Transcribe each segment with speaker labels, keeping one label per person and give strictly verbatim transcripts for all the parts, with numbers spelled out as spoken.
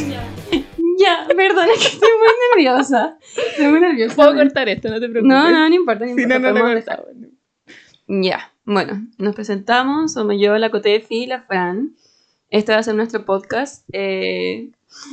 Speaker 1: Ya.
Speaker 2: Ya, perdón, es que estoy muy nerviosa. Estoy muy nerviosa.
Speaker 1: Puedo cortar esto, no te preocupes.
Speaker 2: No, no, no importa, no
Speaker 1: Si
Speaker 2: importa.
Speaker 1: no, no te
Speaker 2: podemos
Speaker 1: cortaba.
Speaker 2: dejar. Ya, bueno, nos presentamos, somos yo, la Cotefi y la Fran. Este va a ser nuestro podcast. Eh...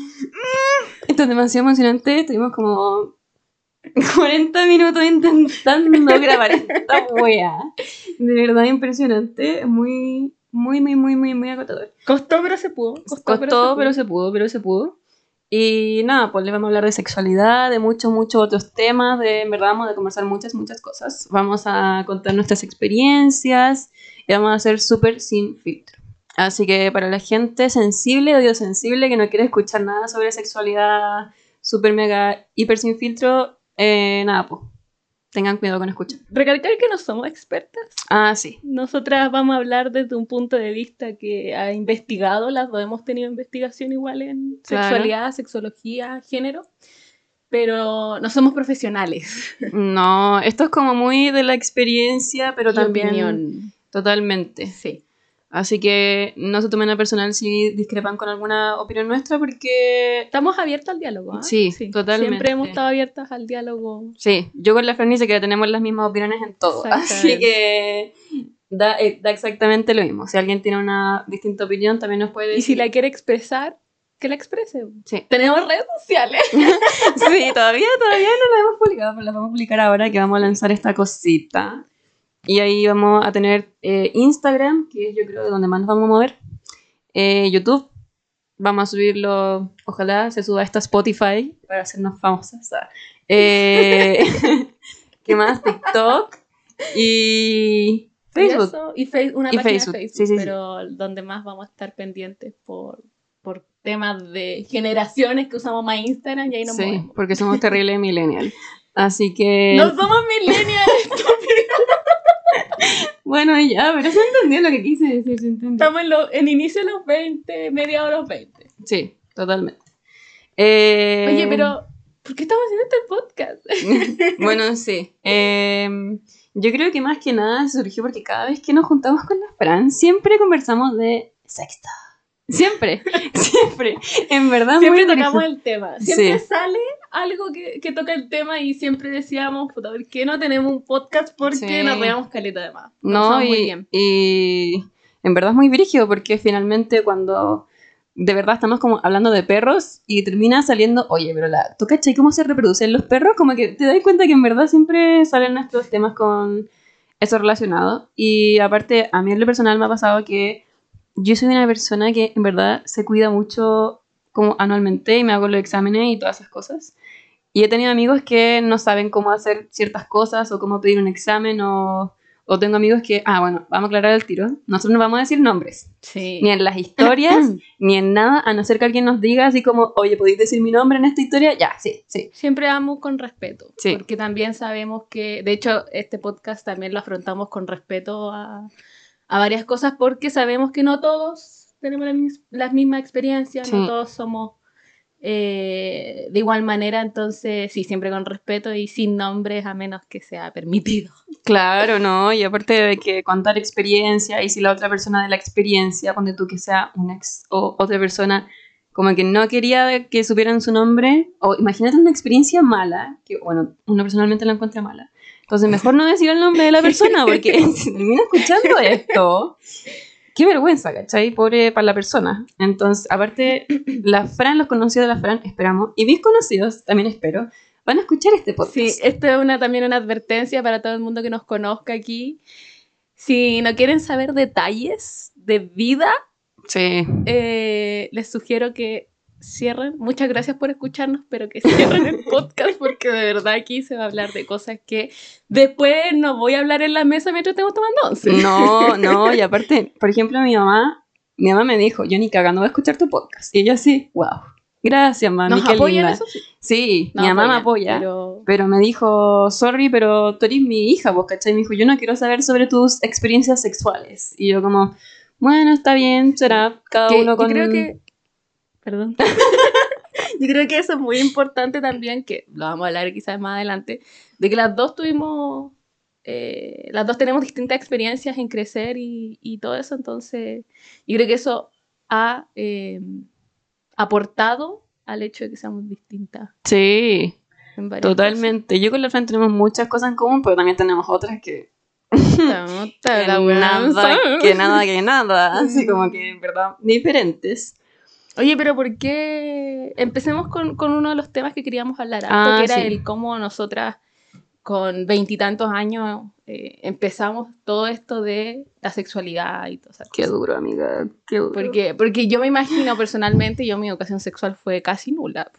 Speaker 2: Esto es demasiado emocionante. Estuvimos como cuarenta minutos intentando grabar esta wea. De verdad impresionante. Muy, muy, muy, muy, muy, muy agotador.
Speaker 1: Costó, pero se pudo. Costó,
Speaker 2: Costó,
Speaker 1: pero, se pudo.
Speaker 2: pero se pudo, pero se pudo. Y nada, pues le vamos a hablar de sexualidad, de muchos, muchos otros temas, de en verdad vamos a conversar muchas, muchas cosas. Vamos a contar nuestras experiencias y vamos a hacer súper sin filtro. Así que para la gente sensible, odio sensible, que no quiere escuchar nada sobre sexualidad súper mega hiper sin filtro, eh, nada, pues tengan cuidado con escuchar.
Speaker 1: Recalcar que no somos expertas.
Speaker 2: Ah, sí.
Speaker 1: Nosotras vamos a hablar desde un punto de vista que ha investigado, las dos hemos tenido investigación igual en
Speaker 2: Claro.
Speaker 1: sexualidad, sexología, género, pero no somos profesionales.
Speaker 2: No, esto es como muy de la experiencia, pero
Speaker 1: Y
Speaker 2: también
Speaker 1: opinión.
Speaker 2: totalmente.
Speaker 1: Sí.
Speaker 2: Así que no se tomen a personal si discrepan con alguna opinión nuestra, porque...
Speaker 1: Estamos abiertos al diálogo, ¿ah?
Speaker 2: Sí, totalmente.
Speaker 1: Siempre hemos estado abiertas al diálogo.
Speaker 2: Sí, yo con la Fran dice que tenemos las mismas opiniones en todo, así que da, eh, da exactamente lo mismo. Si alguien tiene una distinta opinión, también nos puede decir.
Speaker 1: Y si la quiere expresar, que la exprese.
Speaker 2: Sí.
Speaker 1: Tenemos redes sociales.
Speaker 2: Sí, todavía, todavía no la hemos publicado, pero la vamos a publicar ahora que vamos a lanzar esta cosita. Y ahí vamos a tener eh, Instagram, que es yo creo de donde más nos vamos a mover. Eh, YouTube. Vamos a subirlo, ojalá se suba esta Spotify para hacernos famosas. Eh, ¿Qué más? TikTok y Facebook.
Speaker 1: Y, eso, y fe- una
Speaker 2: Y
Speaker 1: página
Speaker 2: Facebook,
Speaker 1: de Facebook,
Speaker 2: sí, sí, sí.
Speaker 1: pero donde más vamos a estar pendientes por, por temas de generaciones que usamos más Instagram y ahí nos
Speaker 2: Sí,
Speaker 1: movemos.
Speaker 2: porque somos terribles millennial. Así que...
Speaker 1: ¡No somos millennials!
Speaker 2: Bueno, ya, pero se entendió lo que quise decir, se entendió.
Speaker 1: Estamos en, lo, en inicio de los veinte, mediados de los veinte.
Speaker 2: Sí, totalmente. Eh...
Speaker 1: Oye, pero ¿por qué estamos haciendo este podcast?
Speaker 2: Bueno, sí. Eh, yo creo que más que nada surgió porque cada vez que nos juntamos con la Fran, siempre conversamos de sexo. Siempre, siempre. En verdad,
Speaker 1: Siempre
Speaker 2: muy
Speaker 1: tocamos
Speaker 2: brígido.
Speaker 1: el tema. Siempre
Speaker 2: Sí.
Speaker 1: sale algo que, que toca el tema y siempre decíamos, puta, ¿por qué no tenemos un podcast? Porque
Speaker 2: Sí.
Speaker 1: nos reíamos caleta de más. Lo
Speaker 2: No,
Speaker 1: pasamos muy
Speaker 2: y,
Speaker 1: bien.
Speaker 2: y en verdad es muy brígido porque finalmente cuando de verdad estamos como hablando de perros y termina saliendo, oye, pero la, ¿tú cachai cómo se reproducen los perros? Como que te das cuenta que en verdad siempre salen nuestros temas con eso relacionado. Y aparte, a mí en lo personal me ha pasado que yo soy una persona que en verdad se cuida mucho como anualmente y me hago los exámenes y todas esas cosas. Y he tenido amigos que no saben cómo hacer ciertas cosas o cómo pedir un examen o, o tengo amigos que, ah, bueno, vamos a aclarar el tiro. Nosotros no vamos a decir nombres,
Speaker 1: Sí.
Speaker 2: ni en las historias, ni en nada, a no ser que alguien nos diga así como, oye, ¿podéis decir mi nombre en esta historia? Ya, sí, sí.
Speaker 1: Siempre vamos con respeto.
Speaker 2: Sí.
Speaker 1: Porque también sabemos que, de hecho, este podcast también lo afrontamos con respeto a, a varias cosas porque sabemos que no todos tenemos la mis- las mismas experiencias,
Speaker 2: Sí.
Speaker 1: no todos somos eh, de igual manera, entonces sí, siempre con respeto y sin nombres a menos que sea permitido.
Speaker 2: Claro, ¿no? Y aparte de que contar experiencia, y si la otra persona de la experiencia, ponte tú que sea una ex o otra persona, como que no quería que supieran su nombre, o imagínate una experiencia mala, que bueno, uno personalmente la encuentra mala. Entonces mejor no decir el nombre de la persona, porque si termina escuchando esto, qué vergüenza, ¿cachai? Pobre para la persona. Entonces, aparte, la Fran, los conocidos de la Fran, esperamos, y mis conocidos, también espero, van a escuchar este podcast.
Speaker 1: Sí, esto es una, también una advertencia para todo el mundo que nos conozca aquí. Si no quieren saber detalles de vida,
Speaker 2: Sí.
Speaker 1: eh, les sugiero que cierren. Muchas gracias por escucharnos, pero que cierren el podcast porque de verdad aquí se va a hablar de cosas que después no voy a hablar en la mesa mientras estemos tomando once.
Speaker 2: No, no, y aparte, por ejemplo, mi mamá, mi mamá me dijo, yo ni cagando voy a escuchar tu podcast. Y yo así, wow, gracias, mami,
Speaker 1: Nos
Speaker 2: qué
Speaker 1: apoyan,
Speaker 2: linda.
Speaker 1: eso sí.
Speaker 2: Sí,
Speaker 1: Nos
Speaker 2: mi mamá me
Speaker 1: apoyan,
Speaker 2: apoya, pero...
Speaker 1: pero...
Speaker 2: me dijo, sorry, pero tú eres mi hija, vos, ¿cachai? Me dijo, yo no quiero saber sobre tus experiencias sexuales. Y yo como, bueno, está bien, será cada
Speaker 1: que
Speaker 2: uno con...
Speaker 1: Yo creo que... Perdón. Yo creo que eso es muy importante también, que lo vamos a hablar quizás más adelante, de que las dos tuvimos, eh, las dos tenemos distintas experiencias en crecer y, y todo eso, entonces yo creo que eso ha, eh, aportado al hecho de que seamos distintas.
Speaker 2: Sí,
Speaker 1: En varias
Speaker 2: totalmente. Cosas. Yo con la Fran tenemos muchas cosas en común, pero también tenemos otras que...
Speaker 1: Estamos
Speaker 2: que
Speaker 1: la
Speaker 2: nada, que nada, que nada. Así como que, en verdad, diferentes.
Speaker 1: Oye, pero ¿por qué? Empecemos con, con uno de los temas que queríamos hablar harto,
Speaker 2: Ah,
Speaker 1: que era
Speaker 2: sí.
Speaker 1: el cómo nosotras con veintitantos años eh, empezamos todo esto de la sexualidad y todo eso.
Speaker 2: Qué duro, amiga, qué duro.
Speaker 1: Porque, porque yo me imagino personalmente, yo mi educación sexual fue casi nula.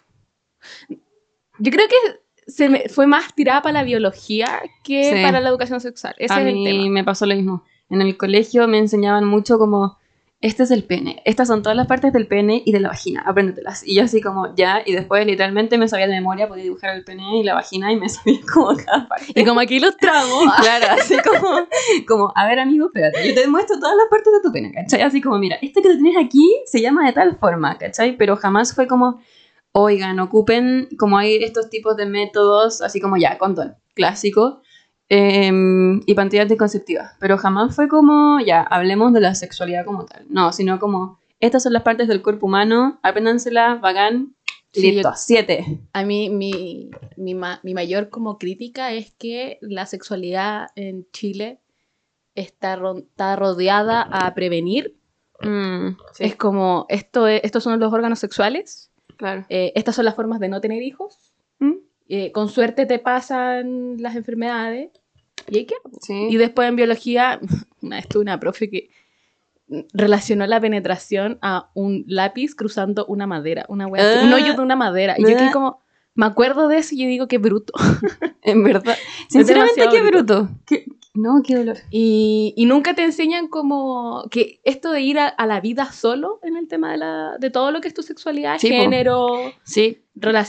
Speaker 1: Yo creo que se me, fue más tirada para la biología que
Speaker 2: Sí.
Speaker 1: para la educación sexual. Ese
Speaker 2: A
Speaker 1: es
Speaker 2: mí
Speaker 1: el tema.
Speaker 2: me pasó lo mismo. En el colegio me enseñaban mucho como, este es el pene, estas son todas las partes del pene y de la vagina, apréndetelas. Y yo así como, ya, y después literalmente me sabía de memoria, podía dibujar el pene y la vagina y me sabía como cada parte.
Speaker 1: Y como aquí ilustramos.
Speaker 2: Claro, así como, como, a ver amigo, espérate, yo te muestro todas las partes de tu pene, ¿cachai? Así como, mira, este que tú tienes aquí se llama de tal forma, ¿cachai? Pero jamás fue como, oigan, ocupen, como hay estos tipos de métodos, así como ya, condón, clásico, eh, y pantallas anticonceptivas, pero jamás fue como, ya, hablemos de la sexualidad como tal, no, sino como, estas son las partes del cuerpo humano, apréndanselas, bacán,
Speaker 1: Sí,
Speaker 2: listo,
Speaker 1: yo-
Speaker 2: siete.
Speaker 1: A mí, mi, mi, ma- mi mayor como crítica es que la sexualidad en Chile está, ro- está rodeada a prevenir.
Speaker 2: Mm, sí,
Speaker 1: Es como, esto es- estos son los órganos sexuales,
Speaker 2: claro.
Speaker 1: eh, estas son las formas de no tener hijos,
Speaker 2: Mm,
Speaker 1: eh, con suerte te pasan las enfermedades, y hay que...
Speaker 2: sí.
Speaker 1: Y después en biología, una vez tuve una profe que relacionó la penetración a un lápiz cruzando una madera, una wea así, un hoyo de una madera. Y yo quedé como, me acuerdo de eso y yo digo, qué bruto.
Speaker 2: En verdad, sinceramente,
Speaker 1: demasiado
Speaker 2: qué
Speaker 1: bruto.
Speaker 2: bruto. Qué- No, qué dolor.
Speaker 1: Y, y nunca te enseñan como que esto de ir a, a la vida solo en el tema de, la, de todo lo que es tu sexualidad,
Speaker 2: Sí, po.
Speaker 1: género,
Speaker 2: Sí,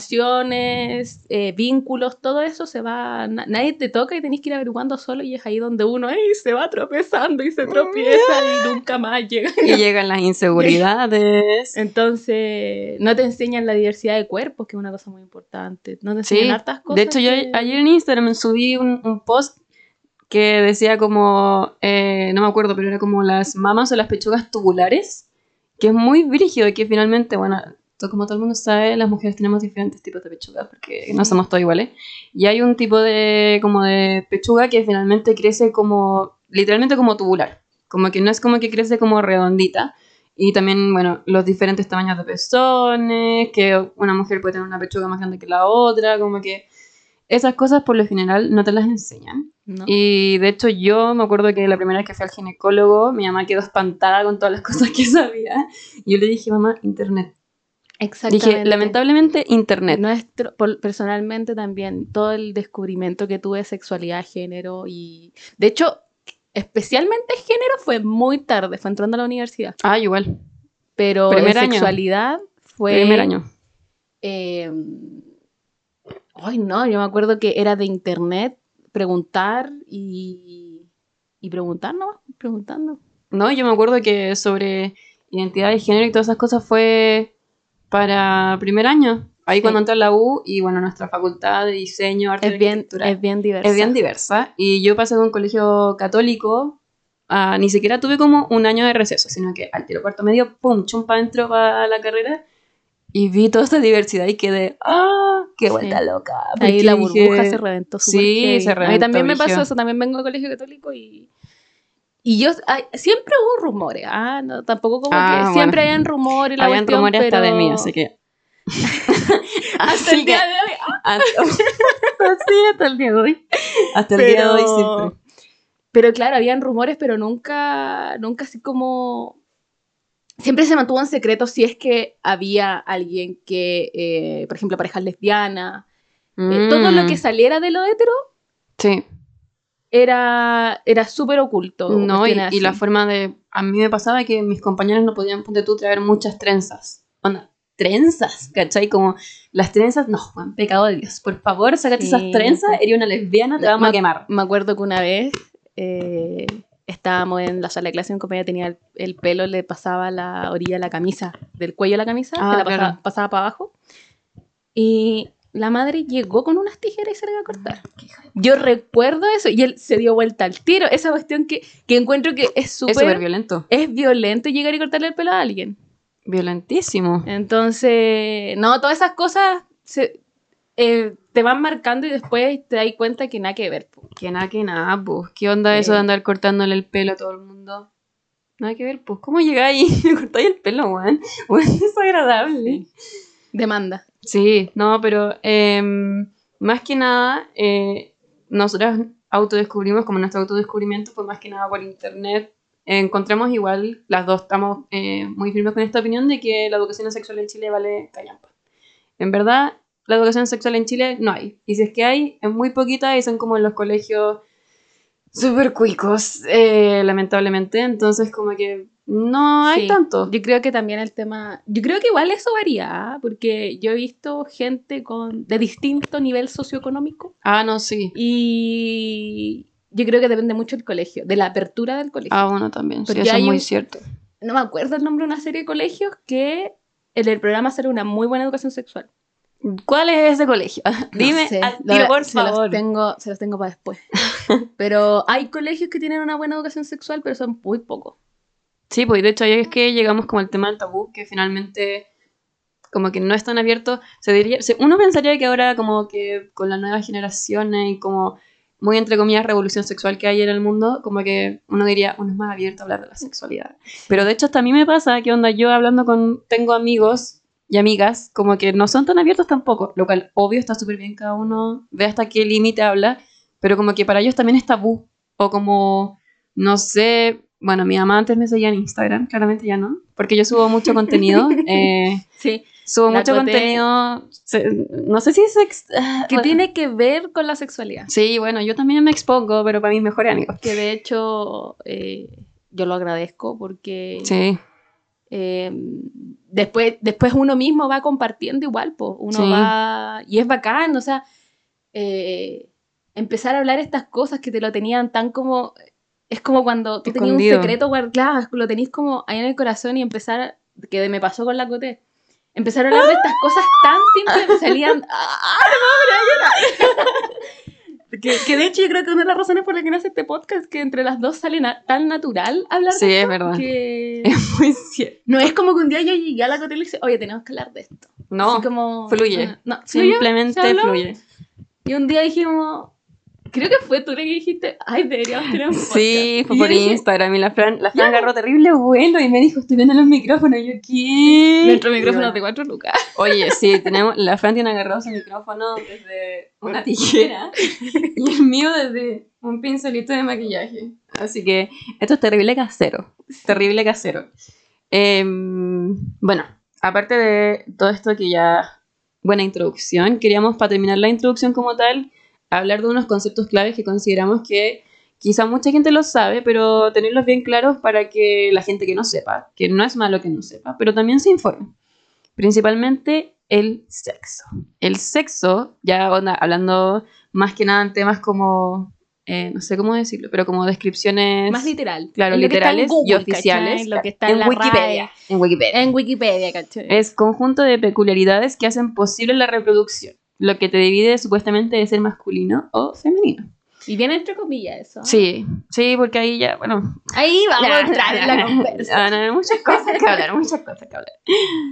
Speaker 1: relaciones, eh, vínculos, todo eso se va, na- nadie te toca y tenés que ir averiguando solo y es ahí donde uno ey, se va tropezando y se tropieza y nunca más llega.
Speaker 2: y llegan las inseguridades.
Speaker 1: Entonces, no te enseñan la diversidad de cuerpos, que es una cosa muy importante. No te enseñan
Speaker 2: Sí,
Speaker 1: hartas cosas.
Speaker 2: de hecho yo
Speaker 1: que-
Speaker 2: ayer en Instagram subí un, un post que decía como, eh, no me acuerdo, pero era como las mamas o las pechugas tubulares, que es muy brígido y que finalmente, bueno, to- como todo el mundo sabe, las mujeres tenemos diferentes tipos de pechugas porque
Speaker 1: Sí.
Speaker 2: no somos todos iguales. Y hay un tipo de, como de pechuga que finalmente crece como, literalmente como tubular, como que no es como que crece como redondita. Y también, bueno, los diferentes tamaños de pezones, que una mujer puede tener una pechuga más grande que la otra, como que esas cosas por lo general no te las enseñan.
Speaker 1: ¿no?
Speaker 2: Y de hecho yo me acuerdo que la primera vez que fui al ginecólogo, mi mamá quedó espantada con todas las cosas que sabía. Y yo le dije, mamá, internet.
Speaker 1: Exactamente.
Speaker 2: Dije, lamentablemente, internet.
Speaker 1: Nuestro, por- personalmente también, todo el descubrimiento que tuve de sexualidad, género y... De hecho, especialmente género fue muy tarde, fue entrando a la universidad.
Speaker 2: Ah, igual.
Speaker 1: Pero
Speaker 2: Primer
Speaker 1: en
Speaker 2: año.
Speaker 1: sexualidad fue...
Speaker 2: Primer año.
Speaker 1: eh, ay, no, yo me acuerdo que era de internet, preguntar y... Y preguntar, ¿no? Preguntando.
Speaker 2: No, yo me acuerdo que sobre identidad de género y todas esas cosas fue para primer año. Ahí
Speaker 1: Sí.
Speaker 2: cuando entré a la U y bueno, nuestra facultad de diseño, arte y
Speaker 1: Es bien,
Speaker 2: arquitectura
Speaker 1: es bien diversa.
Speaker 2: es bien diversa. Y yo pasé de un colegio católico a ni siquiera tuve como un año de receso, sino que al tiro cuarto medio, pum, chumpa entro para la carrera y vi toda esta diversidad y quedé, ¡ah! ¡Qué vuelta
Speaker 1: Sí.
Speaker 2: loca!
Speaker 1: Ahí
Speaker 2: Porque
Speaker 1: la
Speaker 2: dije-
Speaker 1: burbuja se reventó súper
Speaker 2: Sí,
Speaker 1: heavy.
Speaker 2: se
Speaker 1: A mí
Speaker 2: reventó,
Speaker 1: también me pasó
Speaker 2: brígido.
Speaker 1: eso, también vengo de colegio católico y... Y yo, ay, siempre hubo rumores, ah, no, tampoco como
Speaker 2: Ah,
Speaker 1: que siempre
Speaker 2: bueno.
Speaker 1: hayan rumores y la
Speaker 2: Habían
Speaker 1: cuestión,
Speaker 2: rumores
Speaker 1: pero...
Speaker 2: hasta de mí, así que...
Speaker 1: Hasta el día de hoy. ah,
Speaker 2: Hasta, sí, hasta el día de hoy. Hasta el día de hoy siempre.
Speaker 1: Pero claro, habían rumores, pero nunca, nunca así como... Siempre se mantuvo en secreto si es que había alguien que, eh, por ejemplo, parejas lesbianas, eh, todo lo que
Speaker 2: Mm,
Speaker 1: saliera de lo hetero
Speaker 2: sí.
Speaker 1: era, era súper oculto.
Speaker 2: No, y,
Speaker 1: cuestiones
Speaker 2: y la
Speaker 1: así.
Speaker 2: forma de... A mí me pasaba que mis compañeros no podían, ponte tú, traer muchas trenzas. Onda, trenzas, ¿cachai? Como las trenzas, no, Juan, pecado de Dios. Por favor, sácate
Speaker 1: Sí,
Speaker 2: esas trenzas,
Speaker 1: pues.
Speaker 2: eres una lesbiana, te vamos
Speaker 1: Me-
Speaker 2: a quemar.
Speaker 1: Me acuerdo que una vez eh, estábamos en la sala de clase y un compañero tenía el, el pelo, le pasaba la orilla de la camisa, del cuello de la camisa,
Speaker 2: Ah,
Speaker 1: se la pasaba,
Speaker 2: claro.
Speaker 1: pasaba para abajo. Y la madre llegó con unas tijeras y se le iba a cortar. Yo recuerdo eso y él se dio vuelta al tiro. Esa cuestión que, que encuentro que es
Speaker 2: Es súper
Speaker 1: súper...
Speaker 2: violento.
Speaker 1: Es violento llegar y cortarle el pelo a alguien.
Speaker 2: Violentísimo.
Speaker 1: Entonces, no, todas esas cosas se, eh, te van marcando y después te das cuenta que nada que ver. Po.
Speaker 2: Que nada, que nada, pues. ¿Qué onda eso
Speaker 1: Eh.
Speaker 2: de andar cortándole el pelo a todo el mundo? Nada que ver, pues. ¿Cómo llegáis y me cortáis el pelo, weón? Weón, es desagradable.
Speaker 1: Demanda.
Speaker 2: Sí, no, pero eh, más que nada, eh, nosotras autodescubrimos, como nuestro autodescubrimiento fue más que nada por internet. Eh, encontramos igual, las dos estamos eh, muy firmes con esta opinión de que la educación sexual en Chile vale callampa. En verdad, la educación sexual en Chile no hay. Y si es que hay, es muy poquita y son como en los colegios súper cuicos, eh, lamentablemente. Entonces, como que no hay
Speaker 1: Sí,
Speaker 2: tanto.
Speaker 1: Yo creo que también el tema... Yo creo que igual eso varía, ¿eh? Porque yo he visto gente con de distinto nivel socioeconómico.
Speaker 2: Ah, no, sí.
Speaker 1: Y yo creo que depende mucho del colegio, de la apertura del colegio.
Speaker 2: Ah, bueno, también. Sí,
Speaker 1: Porque
Speaker 2: eso es
Speaker 1: hay
Speaker 2: muy
Speaker 1: un-
Speaker 2: cierto.
Speaker 1: No me acuerdo el nombre de una serie de colegios que en el programa hace una muy buena educación sexual.
Speaker 2: ¿Cuál es ese colegio? Dime
Speaker 1: No sé,
Speaker 2: al
Speaker 1: lo-
Speaker 2: tiro, por
Speaker 1: se los
Speaker 2: favor.
Speaker 1: tengo, se los tengo para después. Pero hay colegios que tienen una buena educación sexual, pero son muy pocos.
Speaker 2: Sí, pues de hecho ahí es que llegamos como al tema del tabú, que finalmente como que no es tan abierto. Se diría, se- uno pensaría que ahora como que con las nuevas generaciones y como muy entre comillas revolución sexual que hay en el mundo, como que uno diría, uno es más abierto a hablar de la sexualidad. Pero de hecho hasta a mí me pasa que onda yo hablando con, tengo amigos y amigas como que no son tan abiertos tampoco, lo cual obvio está súper bien, cada uno ve hasta qué límite habla, pero como que para ellos también es tabú, o como, no sé, bueno, mi mamá antes me seguía en Instagram, claramente ya no, porque yo subo mucho contenido, eh,
Speaker 1: Sí,
Speaker 2: subo
Speaker 1: La
Speaker 2: mucho
Speaker 1: Coté-
Speaker 2: contenido, se- no sé si es... ex- ah,
Speaker 1: que
Speaker 2: bueno.
Speaker 1: tiene que ver con la sexualidad.
Speaker 2: Sí, bueno, yo también me expongo, pero para mis mejores amigos.
Speaker 1: Que de hecho eh, yo lo agradezco porque
Speaker 2: Sí,
Speaker 1: eh, después, después uno mismo va compartiendo igual, pues uno
Speaker 2: Sí.
Speaker 1: va y es bacán, o sea, eh, empezar a hablar estas cosas que te lo tenían tan como, es como cuando tú tenías un
Speaker 2: Escondido.
Speaker 1: secreto guardado, lo tenías como ahí en el corazón y empezar, que me pasó con la Coté, empezar a hablar de estas cosas tan simples que salían, ¡ah, no, me voy a llorar! Que, que de hecho yo creo que una de las razones por las que nace este podcast es que entre las dos sale na- tan natural hablar
Speaker 2: sí,
Speaker 1: de
Speaker 2: es
Speaker 1: esto
Speaker 2: verdad.
Speaker 1: que
Speaker 2: Es muy cierto.
Speaker 1: no es como que un día yo llegué a la Coté y le dije, oye, tenemos que hablar de esto.
Speaker 2: No,
Speaker 1: Así como,
Speaker 2: fluye.
Speaker 1: ah, no, ¿fluyó?
Speaker 2: Simplemente
Speaker 1: ¿Se habló?
Speaker 2: fluye.
Speaker 1: Y un día dijimos, creo que fue tú la que dijiste, ay, deberíamos tener un podcast.
Speaker 2: Sí, fue
Speaker 1: Y yo
Speaker 2: por
Speaker 1: dije,
Speaker 2: Instagram y la Fran, la
Speaker 1: Ya,
Speaker 2: Fran agarró terrible vuelo y me dijo, estoy viendo los micrófonos. Y yo, ¿qué?
Speaker 1: nuestro
Speaker 2: Y
Speaker 1: micrófono
Speaker 2: bueno,
Speaker 1: de cuatro lucas.
Speaker 2: Oye, sí, tenemos, la Fran tiene agarrado su micrófono desde una tijera y el mío desde un pincelito de maquillaje. Así que esto es terrible casero, terrible casero. Eh, bueno, aparte de todo esto que ya, buena introducción, queríamos para terminar la introducción como tal, hablar de unos conceptos claves que consideramos que quizá mucha gente los sabe, pero tenerlos bien claros para que la gente que no sepa, que no es malo que no sepa, pero también se informe. Principalmente el sexo. El sexo, ya onda, hablando más que nada en temas como, eh, no sé cómo decirlo, pero como descripciones
Speaker 1: Más literal.
Speaker 2: claro,
Speaker 1: Es lo que está en
Speaker 2: literales
Speaker 1: Google,
Speaker 2: y oficiales,
Speaker 1: ¿cachai? Lo que está en,
Speaker 2: en
Speaker 1: la
Speaker 2: Wikipedia.
Speaker 1: RAE,
Speaker 2: En Wikipedia.
Speaker 1: en Wikipedia, ¿cachai?
Speaker 2: Es conjunto de peculiaridades que hacen posible la reproducción, lo que te divide supuestamente de ser masculino o femenino.
Speaker 1: Y bien entre comillas eso. ¿eh?
Speaker 2: Sí, sí, porque ahí ya, bueno,
Speaker 1: Ahí vamos
Speaker 2: Nah,
Speaker 1: a entrar
Speaker 2: nah,
Speaker 1: en la
Speaker 2: nah.
Speaker 1: conversa.
Speaker 2: Ah, no, no, muchas cosas que hablar, muchas cosas que hablar.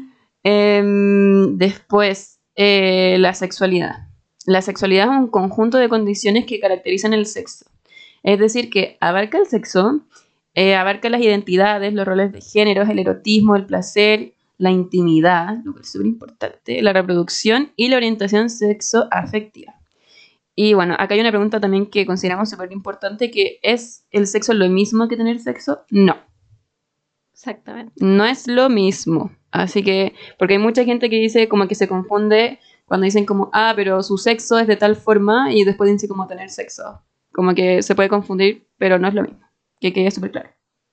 Speaker 2: Em, después, eh, la sexualidad. La sexualidad es un conjunto de condiciones que caracterizan el sexo. Es decir, que abarca el sexo, eh, abarca las identidades, los roles de género, el erotismo, el placer, la intimidad, lo que es súper importante, la reproducción y la orientación sexoafectiva. Y bueno, acá hay una pregunta también que consideramos súper importante, que ¿es el sexo lo mismo que tener sexo? No,
Speaker 1: Exactamente.
Speaker 2: no es lo mismo. Así que, porque hay mucha gente que dice como que se confunde cuando dicen como, ah, pero su sexo es de tal forma y después dice como tener sexo. Como que se puede confundir, pero no es lo mismo. Que quede súper claro.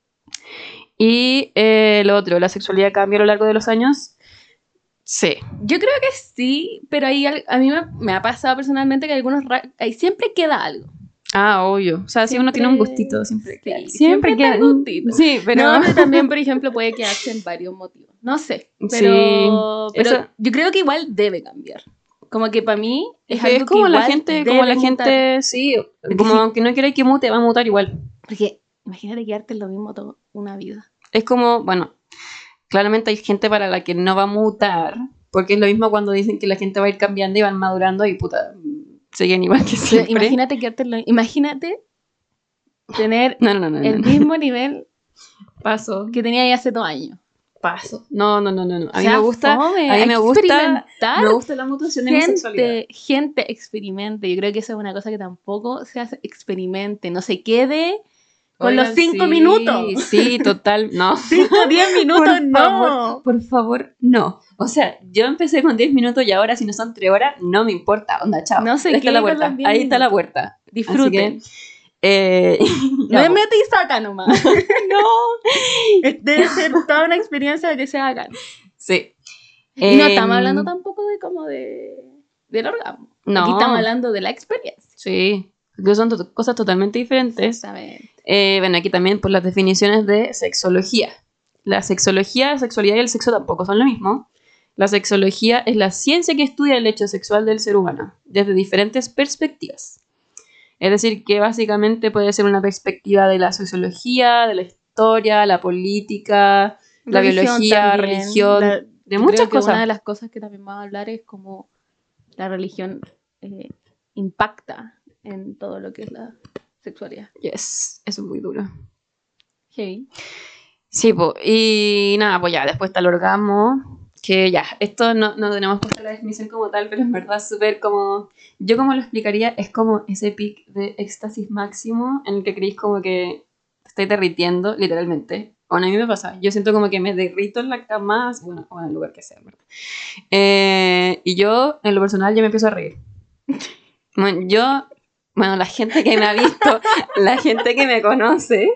Speaker 2: Y eh, lo otro, ¿la sexualidad cambia a lo largo de los años? Sí.
Speaker 1: Yo creo que sí, pero ahí al- a mí me, me ha pasado personalmente que algunos ra- ahí siempre queda algo.
Speaker 2: Ah, obvio. O sea, si uno
Speaker 1: Siempre-
Speaker 2: tiene un gustito, siempre
Speaker 1: sí,
Speaker 2: queda.
Speaker 1: siempre está el gustito.
Speaker 2: Sí, pero...
Speaker 1: No, pero también, por ejemplo, puede quedarse en varios motivos. No sé, pero,
Speaker 2: Sí,
Speaker 1: pero
Speaker 2: eso-
Speaker 1: yo creo que igual debe cambiar. Como que para mí es,
Speaker 2: Es, que
Speaker 1: algo
Speaker 2: es como
Speaker 1: que
Speaker 2: la
Speaker 1: igual
Speaker 2: gente,
Speaker 1: debe
Speaker 2: como la
Speaker 1: mutar.
Speaker 2: gente, sí,
Speaker 1: Porque
Speaker 2: como
Speaker 1: si-
Speaker 2: aunque no quiera que mute, va a mutar igual.
Speaker 1: Porque imagínate quedarte en lo mismo toda una vida.
Speaker 2: Es como, bueno, Claramente hay gente para la que no va a mutar, porque es lo mismo cuando dicen que la gente va a ir cambiando y van madurando y puta, siguen igual que
Speaker 1: Pero
Speaker 2: siempre.
Speaker 1: imagínate quedarte en lo- imagínate tener
Speaker 2: No, no, no, no,
Speaker 1: el
Speaker 2: no.
Speaker 1: mismo nivel
Speaker 2: Paso.
Speaker 1: que tenía ahí hace dos años.
Speaker 2: Paso. No, no, no, no, no. A
Speaker 1: O
Speaker 2: mí
Speaker 1: sea,
Speaker 2: me gusta,
Speaker 1: fome,
Speaker 2: a mí
Speaker 1: hay
Speaker 2: me
Speaker 1: que
Speaker 2: gusta,
Speaker 1: experimentar.
Speaker 2: me gusta la mutación en mi sexualidad.
Speaker 1: Gente, gente experimente. Yo creo que eso es una cosa que tampoco se hace, experimente, no se quede con
Speaker 2: Oigan,
Speaker 1: los cinco
Speaker 2: sí,
Speaker 1: minutos.
Speaker 2: Sí, total, no.
Speaker 1: Cinco, diez minutos,
Speaker 2: Por
Speaker 1: no.
Speaker 2: favor, por favor, no. O sea, yo empecé con diez minutos y ahora si no son tres horas, no me importa. Onda, chao.
Speaker 1: No se
Speaker 2: Ahí está
Speaker 1: quede
Speaker 2: la
Speaker 1: con
Speaker 2: puerta.
Speaker 1: los diez
Speaker 2: Ahí está la
Speaker 1: minutos.
Speaker 2: puerta.
Speaker 1: Disfruten.
Speaker 2: Así que, eh, ya,
Speaker 1: Me
Speaker 2: po.
Speaker 1: mete y saca nomás.
Speaker 2: No.
Speaker 1: Debe ser toda una experiencia que se hagan.
Speaker 2: Sí.
Speaker 1: Y no
Speaker 2: Em,
Speaker 1: estamos hablando tampoco de como de del orgasmo.
Speaker 2: No.
Speaker 1: Aquí estamos hablando de la experiencia.
Speaker 2: Sí. Que son to- cosas totalmente diferentes.
Speaker 1: Exactamente.
Speaker 2: Eh, bueno, aquí también por las definiciones de sexología. La sexología, la sexualidad y el sexo tampoco son lo mismo. La sexología es la ciencia que estudia el hecho sexual del ser humano desde diferentes perspectivas. Es decir, que básicamente puede ser una perspectiva de la sociología, de la historia, la política, la
Speaker 1: Religión
Speaker 2: biología,
Speaker 1: también.
Speaker 2: religión,
Speaker 1: La-
Speaker 2: de
Speaker 1: yo
Speaker 2: muchas
Speaker 1: creo que
Speaker 2: cosas.
Speaker 1: una de las cosas que también vamos a hablar es cómo la religión eh, impacta en todo lo que es la sexualidad.
Speaker 2: Yes, eso es muy duro.
Speaker 1: Heavy.
Speaker 2: Sí, po, y nada, pues ya, después está el orgasmo, que ya, esto no, no tenemos puesta la definición como tal, pero en verdad súper como, yo como lo explicaría, es como ese pic de éxtasis máximo en el que creéis como que te estáis derritiendo, literalmente. Bueno, a mí me pasa, yo siento como que me derrito en la cama, bueno, o en el lugar que sea, en verdad. Eh, y yo, en lo personal, yo me empiezo a reír. Bueno, yo, bueno, la gente que me ha visto, la gente que me conoce,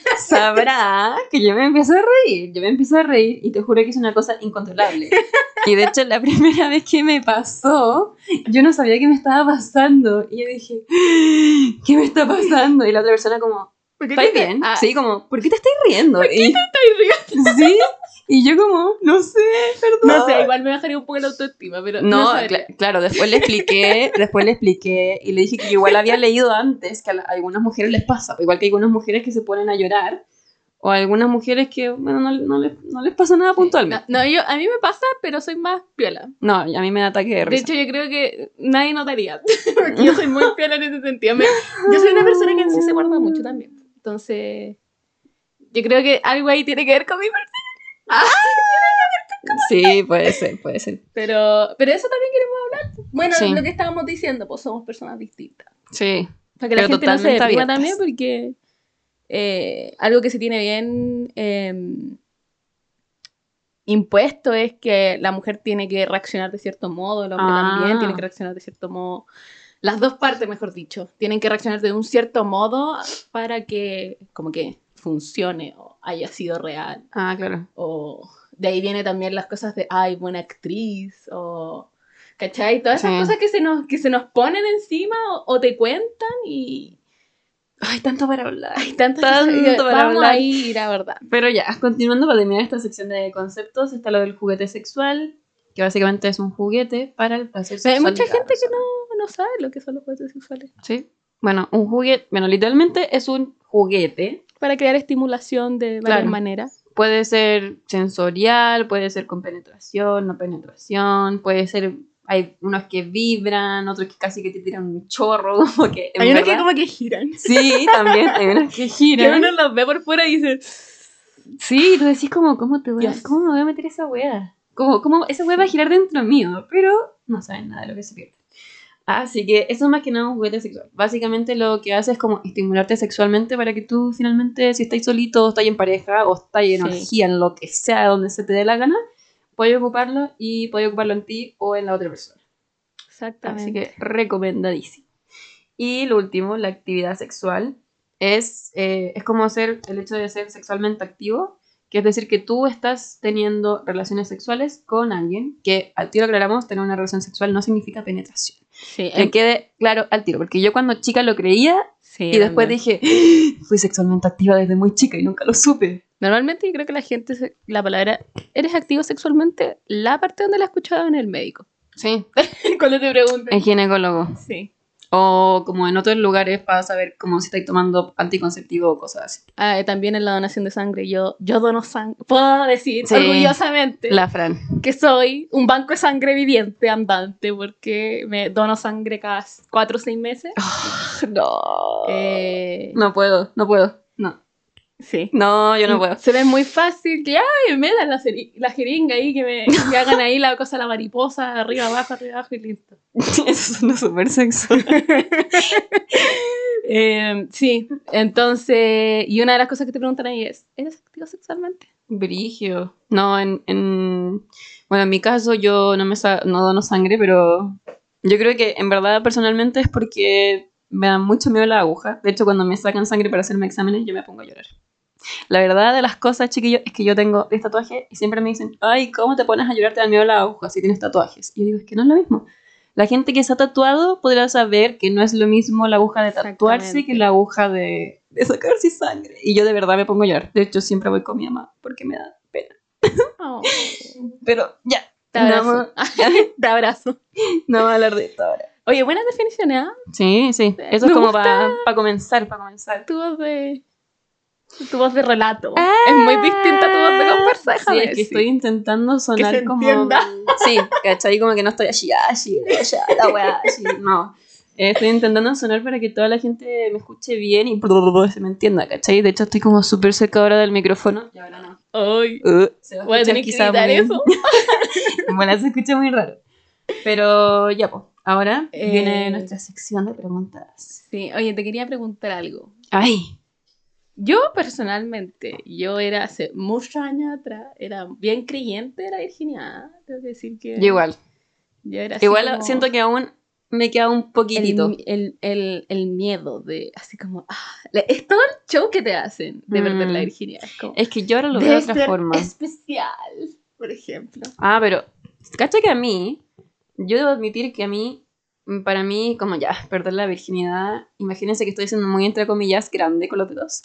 Speaker 2: sabrá que yo me empiezo a reír, yo me empiezo a reír y te juro que es una cosa incontrolable. Y de hecho la primera vez que me pasó, yo no sabía qué me estaba pasando y yo dije, ¿qué me está pasando? Y la otra persona como,
Speaker 1: ¿Por qué
Speaker 2: ¿estás
Speaker 1: te-
Speaker 2: bien?
Speaker 1: Ah,
Speaker 2: Sí, como, ¿por qué te estás riendo? ¿Por qué te
Speaker 1: estoy riendo?
Speaker 2: Sí, y yo como, no sé, perdón.
Speaker 1: No sé, igual me bajaría un poco la autoestima, pero no,
Speaker 2: No,
Speaker 1: sabría.
Speaker 2: cla- claro, después le expliqué, después le expliqué y le dije que igual había leído antes que a, la- a algunas mujeres les pasa, igual que hay algunas mujeres que se ponen a llorar o algunas mujeres que, bueno, no, no, les, no les pasa nada puntualmente.
Speaker 1: No, no, yo, a mí me pasa, pero soy más piola.
Speaker 2: No, y a mí me da ataque de
Speaker 1: De
Speaker 2: risa.
Speaker 1: hecho, yo creo que nadie notaría, porque yo soy muy piola en ese sentido. Me- yo soy una persona que en sí se guarda mucho también. Entonces, yo creo que algo ahí tiene que ver con mi persona.
Speaker 2: Sí, puede ser, puede ser.
Speaker 1: Pero, pero eso también queremos hablar. Bueno,
Speaker 2: Sí.
Speaker 1: lo que estábamos diciendo, pues somos personas distintas.
Speaker 2: Sí,
Speaker 1: Para que la
Speaker 2: Pero
Speaker 1: gente no se
Speaker 2: totalmente
Speaker 1: deprima
Speaker 2: abiertas.
Speaker 1: también, porque eh, algo que se tiene bien eh, impuesto es que la mujer tiene que reaccionar de cierto modo, el hombre
Speaker 2: Ah.
Speaker 1: también tiene que reaccionar de cierto modo. Las dos partes, mejor dicho, tienen que reaccionar de un cierto modo para que como que funcione o haya sido real.
Speaker 2: ah, claro.
Speaker 1: O de ahí viene también las cosas de, ay, buena actriz, o, ¿cachai? Todas esas
Speaker 2: Sí.
Speaker 1: cosas que se nos, que se nos ponen encima o, o te cuentan y
Speaker 2: Ay, tanto para hablar.
Speaker 1: hay tantas
Speaker 2: Tanto
Speaker 1: cosas que
Speaker 2: para
Speaker 1: vamos
Speaker 2: hablar.
Speaker 1: a ir a verdad.
Speaker 2: Pero ya, continuando para terminar esta sección de conceptos, está lo del juguete sexual, que básicamente es un juguete para el placer
Speaker 1: Pero hay
Speaker 2: sexual.
Speaker 1: mucha
Speaker 2: de cada
Speaker 1: gente que
Speaker 2: persona.
Speaker 1: no, no sabe lo que son los juguetes sexuales.
Speaker 2: Sí. Bueno, un juguete, bueno, literalmente es un juguete.
Speaker 1: Para crear estimulación de varias
Speaker 2: Claro.
Speaker 1: maneras.
Speaker 2: Puede ser sensorial, puede ser con penetración, no penetración, puede ser, hay unos que vibran, otros que casi que te tiran un chorro, como que en
Speaker 1: Hay unos que
Speaker 2: verdad-
Speaker 1: como que giran.
Speaker 2: Sí, también, hay unos que
Speaker 1: Que
Speaker 2: giran.
Speaker 1: uno los ve por fuera y dice,
Speaker 2: Sí, tú decís como, ¿cómo te voy a,
Speaker 1: Yes.
Speaker 2: cómo me voy a meter esa wea? ¿Cómo, cómo esa wea va a girar dentro mío? Pero no saben nada de lo que se pierde. Así que eso es más que nada un juguete sexual. Básicamente lo que hace es como estimularte sexualmente para que tú finalmente, si estáis solito, o estáis en pareja, o estáis en
Speaker 1: Sí.
Speaker 2: orgía, en lo que sea, donde se te dé la gana, puedes ocuparlo y puedes ocuparlo en ti o en la otra persona.
Speaker 1: exactamente.
Speaker 2: Así que recomendadísimo. Y lo último, la actividad sexual, es, eh, es como ser el hecho de ser sexualmente activo, que es decir, que tú estás teniendo relaciones sexuales con alguien, que al tiro aclaramos, tener una relación sexual no significa penetración.
Speaker 1: Sí,
Speaker 2: Que
Speaker 1: em-
Speaker 2: quede claro al tiro, porque yo cuando chica lo creía
Speaker 1: sí,
Speaker 2: y después
Speaker 1: también.
Speaker 2: dije, "Ah, fui sexualmente activa desde muy chica y nunca lo supe".
Speaker 1: Normalmente yo creo que la gente, se- la palabra ¿eres activo sexualmente? La parte donde la he escuchado en el médico.
Speaker 2: Sí,
Speaker 1: Cuando te preguntan.
Speaker 2: el ginecólogo.
Speaker 1: Sí.
Speaker 2: O como en otros lugares para saber como si estáis tomando anticonceptivo o cosas así.
Speaker 1: Ah, también en la donación de sangre, yo, yo dono sangre. Puedo decir
Speaker 2: Sí,
Speaker 1: orgullosamente
Speaker 2: La Fran.
Speaker 1: que soy un banco de sangre viviente, andante, porque me dono sangre cada cuatro o seis meses.
Speaker 2: No.
Speaker 1: Eh,
Speaker 2: No puedo, no puedo. No.
Speaker 1: sí.
Speaker 2: No, yo no puedo.
Speaker 1: Se ve muy fácil que, ay, me dan la, seri- la jeringa ahí, que me que hagan ahí la cosa, la mariposa, arriba, abajo, arriba, abajo y listo.
Speaker 2: Eso suena súper sexual.
Speaker 1: Eh, sí, entonces, y una de las cosas que te preguntan ahí es, ¿eres activo sexualmente?
Speaker 2: Brigio. No, en, en... Bueno, en mi caso yo no me sa- no dono sangre, pero yo creo que en verdad personalmente es porque me da mucho miedo la aguja. De hecho, cuando me sacan sangre para hacerme exámenes, yo me pongo a llorar. La verdad de las cosas, chiquillos, es que yo tengo este tatuaje y siempre me dicen, ay, ¿cómo te pones a llorar? Te da miedo la aguja si tienes tatuajes. Y yo digo, es que no es lo mismo. La gente que se ha tatuado podrá saber que no es lo mismo la aguja de tatuarse
Speaker 1: Exactamente.
Speaker 2: que la aguja de, de sacarse sangre. Y yo de verdad me pongo a llorar. De hecho, siempre voy con mi mamá porque me da pena.
Speaker 1: Oh,
Speaker 2: Pero ya,
Speaker 1: te
Speaker 2: no
Speaker 1: abrazo.
Speaker 2: vamos,
Speaker 1: Te abrazo.
Speaker 2: no vamos a hablar de esto ahora.
Speaker 1: Oye, buenas definiciones, ¿ah?
Speaker 2: Sí, sí, eso
Speaker 1: Me
Speaker 2: es como
Speaker 1: gusta.
Speaker 2: para comenzar, para comenzar.
Speaker 1: Tu voz de... Tu voz de relato.
Speaker 2: Ah,
Speaker 1: es muy distinta a tu voz de conversa, déjame
Speaker 2: Sí, es que
Speaker 1: decir.
Speaker 2: estoy intentando sonar
Speaker 1: se
Speaker 2: como...
Speaker 1: entienda.
Speaker 2: Sí, ¿cachai? Como que no estoy así, así, allá, la weá, así, no. Eh, estoy intentando sonar para que toda la gente me escuche bien y se me entienda, ¿cachai? De hecho, estoy como súper cerca ahora del micrófono. Y ahora no.
Speaker 1: Ay,
Speaker 2: Uh, se va a
Speaker 1: voy a
Speaker 2: escuchar
Speaker 1: tener que
Speaker 2: quizá
Speaker 1: editar
Speaker 2: muy...
Speaker 1: eso.
Speaker 2: Bueno, se escucha muy raro. Pero ya, pues, ahora
Speaker 1: Eh,
Speaker 2: viene nuestra sección de preguntas.
Speaker 1: Sí, oye, te quería preguntar algo.
Speaker 2: Ay,
Speaker 1: Yo personalmente, yo era hace muchos años atrás, era bien creyente de la virginidad. Tengo que decir que
Speaker 2: yo igual.
Speaker 1: yo era así
Speaker 2: Igual
Speaker 1: como
Speaker 2: siento que aún me queda un poquitito.
Speaker 1: el, el, el, el miedo de, así como, ah, le- es todo el show que te hacen de perder la
Speaker 2: Mm.
Speaker 1: virginidad. Es como,
Speaker 2: Es que yo ahora lo veo de
Speaker 1: debe
Speaker 2: otra
Speaker 1: ser
Speaker 2: forma.
Speaker 1: especial, por ejemplo.
Speaker 2: Ah, pero, cacha que a mí, yo debo admitir que a mí, mm, para mí, como ya, perder la virginidad, imagínense que estoy siendo muy, entre comillas, grande con los dedos.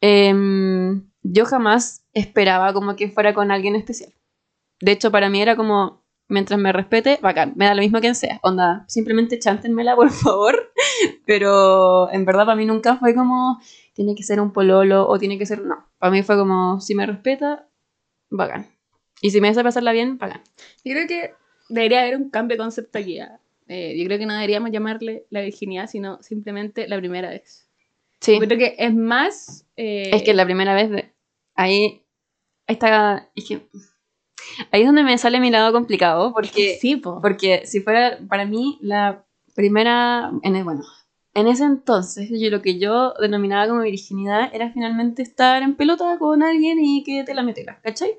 Speaker 2: Em, yo jamás esperaba como que fuera con alguien especial. De hecho, para mí era como, mientras me respete, bacán, me da lo mismo quien sea. Onda, simplemente chántenmela, por favor. Pero en verdad para mí nunca fue como, tiene que ser un pololo o tiene que ser, no. Para mí fue como, si me respeta, bacán. Y si me hace pasarla bien, bacán.
Speaker 1: Yo creo que debería haber un cambio de concepto aquí. ¿ah? Eh, yo creo que no deberíamos llamarle la virginidad, sino simplemente la primera vez.
Speaker 2: Sí.
Speaker 1: Yo creo que es más... eh,
Speaker 2: Es que la primera vez, de, ahí está, es que ahí es donde me sale mi lado complicado, porque,
Speaker 1: es que sí, po.
Speaker 2: porque si fuera para mí la primera, en el, bueno, en ese entonces yo lo que yo denominaba como virginidad era finalmente estar en pelota con alguien y que te la metieras, ¿cachai?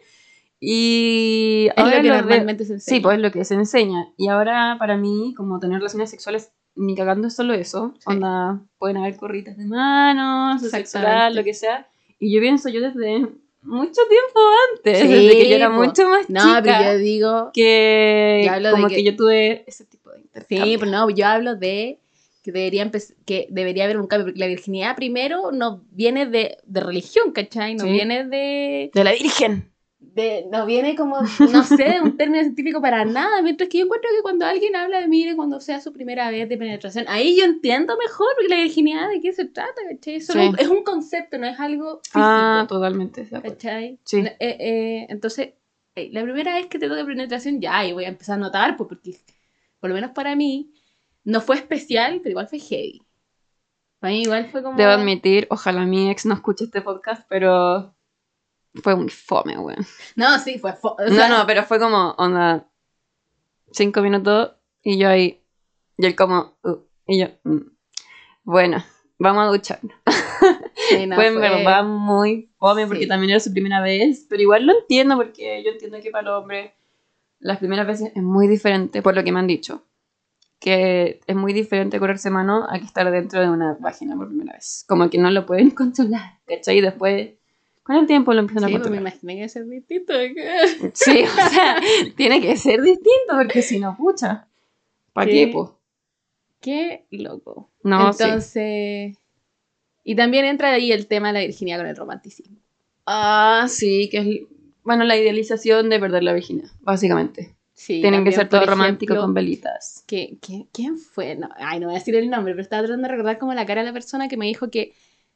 Speaker 2: Y
Speaker 1: Es
Speaker 2: ahora
Speaker 1: lo que
Speaker 2: lo veo-
Speaker 1: normalmente se enseña.
Speaker 2: Sí, pues es lo que se enseña. Y ahora para mí, como tener relaciones sexuales, ni cagando es solo eso.
Speaker 1: Sí.
Speaker 2: Onda, pueden haber corritas de manos,
Speaker 1: Exactamente.
Speaker 2: sexual, lo que sea. Y yo pienso yo desde mucho tiempo antes,
Speaker 1: Sí,
Speaker 2: desde que yo era
Speaker 1: po.
Speaker 2: mucho más
Speaker 1: No,
Speaker 2: chica,
Speaker 1: pero yo digo...
Speaker 2: que
Speaker 1: yo hablo de
Speaker 2: como
Speaker 1: que-
Speaker 2: que... yo tuve ese tipo de intercambio.
Speaker 1: Sí, pero no, yo hablo de que debería, empe- que debería haber un cambio, porque la virginidad primero no viene de, de religión, ¿cachai? No
Speaker 2: Sí.
Speaker 1: viene de,
Speaker 2: De la virgen.
Speaker 1: de... No viene como, no sé, de un término científico para nada, mientras que yo encuentro que cuando alguien habla de, mire, cuando sea su primera vez de penetración, ahí yo entiendo mejor, porque la virginidad, ¿de qué se trata, ¿cachai? Es, solo
Speaker 2: Sí.
Speaker 1: un, es un concepto, no es algo físico,
Speaker 2: Ah, totalmente. de acuerdo.
Speaker 1: ¿cachai?
Speaker 2: Sí.
Speaker 1: No, eh, eh, entonces, eh, la primera vez que te toca penetración, ya, ahí voy a empezar a notar, pues, porque por lo menos para mí, no fue especial, pero igual fue heavy. Para mí igual fue como...
Speaker 2: Debo admitir, ojalá mi ex no escuche este podcast, pero fue muy fome, weón.
Speaker 1: No, sí, fue... fo- o
Speaker 2: No,
Speaker 1: sea,
Speaker 2: no, pero fue como, onda, cinco minutos y yo ahí, y él como, uh, y yo, mm, bueno, vamos a ducharnos.
Speaker 1: sí, no,
Speaker 2: fue en verdad muy fome porque
Speaker 1: Sí.
Speaker 2: también era su primera vez, pero igual lo entiendo porque yo entiendo que para los hombres las primeras veces es muy diferente, por lo que me han dicho. Que es muy diferente correrse mano a que estar dentro de una página por primera vez. Como que no lo pueden controlar, ¿cachai? Y después, con el tiempo lo empiezan
Speaker 1: Sí,
Speaker 2: a
Speaker 1: pues me
Speaker 2: controlar.
Speaker 1: imaginé que ser distinto.
Speaker 2: Sí, o sea, tiene que ser distinto porque si no, pucha. ¿Para
Speaker 1: ¿Qué?
Speaker 2: qué, po?
Speaker 1: Qué loco.
Speaker 2: No, sí.
Speaker 1: Entonces... Y también entra ahí el tema de la virginidad con el romanticismo.
Speaker 2: Ah, sí, que es, bueno, la idealización de perder la virginidad, básicamente.
Speaker 1: Sí,
Speaker 2: Tienen que
Speaker 1: también,
Speaker 2: ser todo
Speaker 1: por
Speaker 2: romántico
Speaker 1: ejemplo,
Speaker 2: con velitas.
Speaker 1: que, que- ¿quién fue? No, ay, no voy a decir el nombre, pero estaba tratando de recordar como la cara de la persona que me dijo que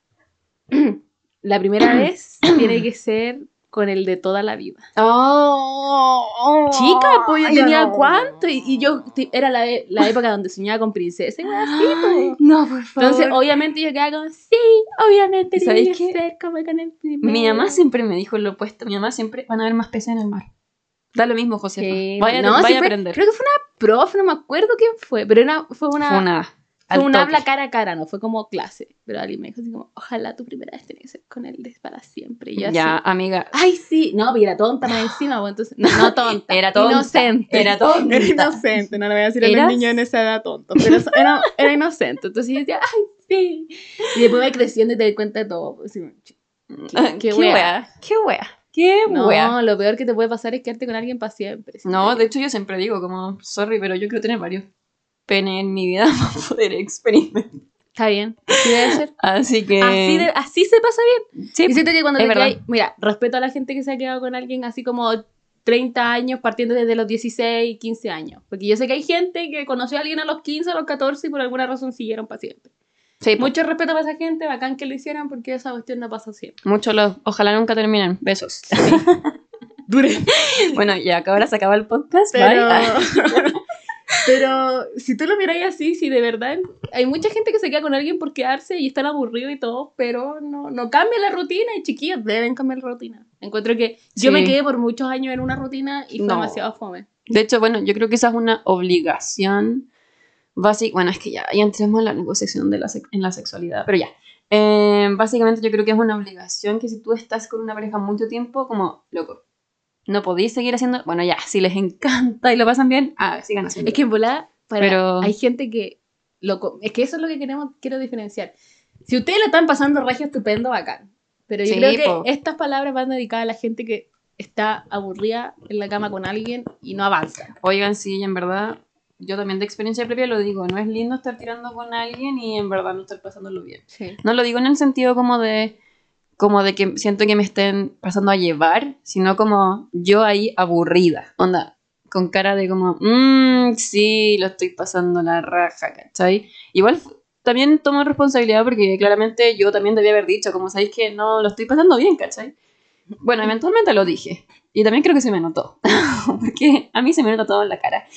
Speaker 1: la primera vez tiene que ser con el de toda la vida.
Speaker 2: Oh,
Speaker 1: Chica, pues yo
Speaker 2: ay,
Speaker 1: tenía
Speaker 2: no.
Speaker 1: cuánto y, y yo ti- era la, e- la época donde soñaba con princesa y weá, así,
Speaker 2: Ay,
Speaker 1: po.
Speaker 2: no, por favor.
Speaker 1: Entonces, obviamente yo quedaba como, sí, obviamente tiene
Speaker 2: ¿Sabéis
Speaker 1: que
Speaker 2: qué?
Speaker 1: ser como con el primero.
Speaker 2: Mi mamá siempre me dijo lo opuesto. Mi mamá siempre van a haber más peces en el mar. Da lo mismo, Josefa.
Speaker 1: Sí,
Speaker 2: Vaya,
Speaker 1: no, sí
Speaker 2: vaya a
Speaker 1: fue-
Speaker 2: aprender.
Speaker 1: creo que fue una profe, no me acuerdo quién fue, pero era, fue una,
Speaker 2: Fue una.
Speaker 1: fue
Speaker 2: al
Speaker 1: un
Speaker 2: toque.
Speaker 1: habla cara a cara, no fue como clase. Pero alguien me dijo así como, ojalá tu primera vez tiene que ser con él de para siempre. Y yo
Speaker 2: Ya,
Speaker 1: así,
Speaker 2: amiga.
Speaker 1: ay, sí, no, pero era tonta más encima, pues entonces, no, no tonta,
Speaker 2: Era tonta.
Speaker 1: inocente.
Speaker 2: Era tonta.
Speaker 1: Era inocente, no le voy a decir a los
Speaker 2: ¿Eras?
Speaker 1: niños en esa edad tonto, pero eso- era, era inocente. Entonces yo decía, ay, sí. Y después me creciendo y te das cuenta de todo. Pues, así,
Speaker 2: ¿Qué,
Speaker 1: qué
Speaker 2: wea?
Speaker 1: wea.
Speaker 2: ¿Qué wea? ¿Qué
Speaker 1: no,
Speaker 2: wea?
Speaker 1: lo peor que te puede pasar es quedarte con alguien para siempre.
Speaker 2: No,
Speaker 1: siempre.
Speaker 2: de hecho yo siempre digo como, sorry, pero yo quiero tener varios penes en mi vida para poder experimentar.
Speaker 1: Está bien, así debe ser.
Speaker 2: Así que...
Speaker 1: Así, de- así se pasa bien.
Speaker 2: sí,
Speaker 1: Y siento que cuando
Speaker 2: es
Speaker 1: te
Speaker 2: verdad.
Speaker 1: quedas, mira, respeto a la gente que se ha quedado con alguien así como treinta años, partiendo desde los dieciséis, quince años. Porque yo sé que hay gente que conoció a alguien a los quince, a los catorce y por alguna razón siguieron para siempre.
Speaker 2: Sí, po.
Speaker 1: Mucho respeto para esa gente, bacán que lo hicieran porque esa cuestión no pasa siempre.
Speaker 2: Mucho los... Ojalá nunca terminen. Besos.
Speaker 1: Dure.
Speaker 2: Bueno, ya que ahora se acaba el podcast.
Speaker 1: Pero,
Speaker 2: Bye.
Speaker 1: pero si tú lo miras así, si de verdad hay mucha gente que se queda con alguien por quedarse y están aburridos y todo, pero no, no cambia la rutina y chiquillos deben cambiar la rutina. Encuentro que yo
Speaker 2: Sí.
Speaker 1: me quedé por muchos años en una rutina y fue
Speaker 2: No.
Speaker 1: demasiado fome.
Speaker 2: De hecho, bueno, yo creo que esa es una obligación básica. Bueno, es que ya, ya entremos en la negociación de la sec- en la sexualidad, pero ya. Eh, básicamente yo creo que es una obligación que si tú estás con una pareja mucho tiempo, como, loco, no podéis seguir haciendo... Bueno, ya, si les encanta y lo pasan bien, ah, sigan haciendo.
Speaker 1: Es que en volada, para,
Speaker 2: Pero-
Speaker 1: hay gente que... Lo, co- es que eso es lo que queremos, quiero diferenciar. Si ustedes lo están pasando regio, estupendo, bacán. Pero yo
Speaker 2: Sí,
Speaker 1: creo que
Speaker 2: po.
Speaker 1: estas palabras van dedicadas a la gente que está aburrida en la cama con alguien y no avanza.
Speaker 2: Oigan, sí, y en verdad, yo también de experiencia propia lo digo, no es lindo estar tirando con alguien y en verdad no estar pasándolo bien.
Speaker 1: Sí.
Speaker 2: No lo digo en el sentido como de como de que siento que me estén pasando a llevar, sino como yo ahí aburrida, onda, con cara de como, mmm, sí, lo estoy pasando la raja, ¿cachai? Igual f- también tomo responsabilidad porque claramente yo también debía haber dicho, como sabéis que no lo estoy pasando bien, ¿cachai? Bueno, eventualmente lo dije. Y también creo que se me notó. Porque a mí se me nota todo en la cara.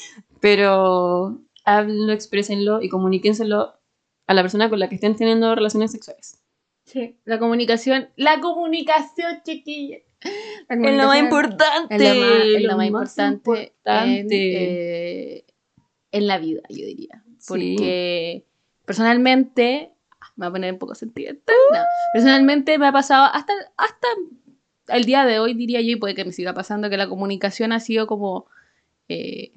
Speaker 2: Pero háblenlo, exprésenlo y comuníquenselo a la persona con la que estén teniendo relaciones sexuales.
Speaker 1: Sí, la comunicación, la comunicación, chiquilla. La
Speaker 2: Es lo más
Speaker 1: comunicación
Speaker 2: importante.
Speaker 1: es lo más, es lo
Speaker 2: lo
Speaker 1: más importante,
Speaker 2: importante.
Speaker 1: En, eh, en la vida, yo diría.
Speaker 2: Sí.
Speaker 1: Porque personalmente, me voy a poner un poco sentimental, no, personalmente me ha pasado hasta, hasta el día de hoy, diría yo, y puede que me siga pasando, que la comunicación ha sido como eh,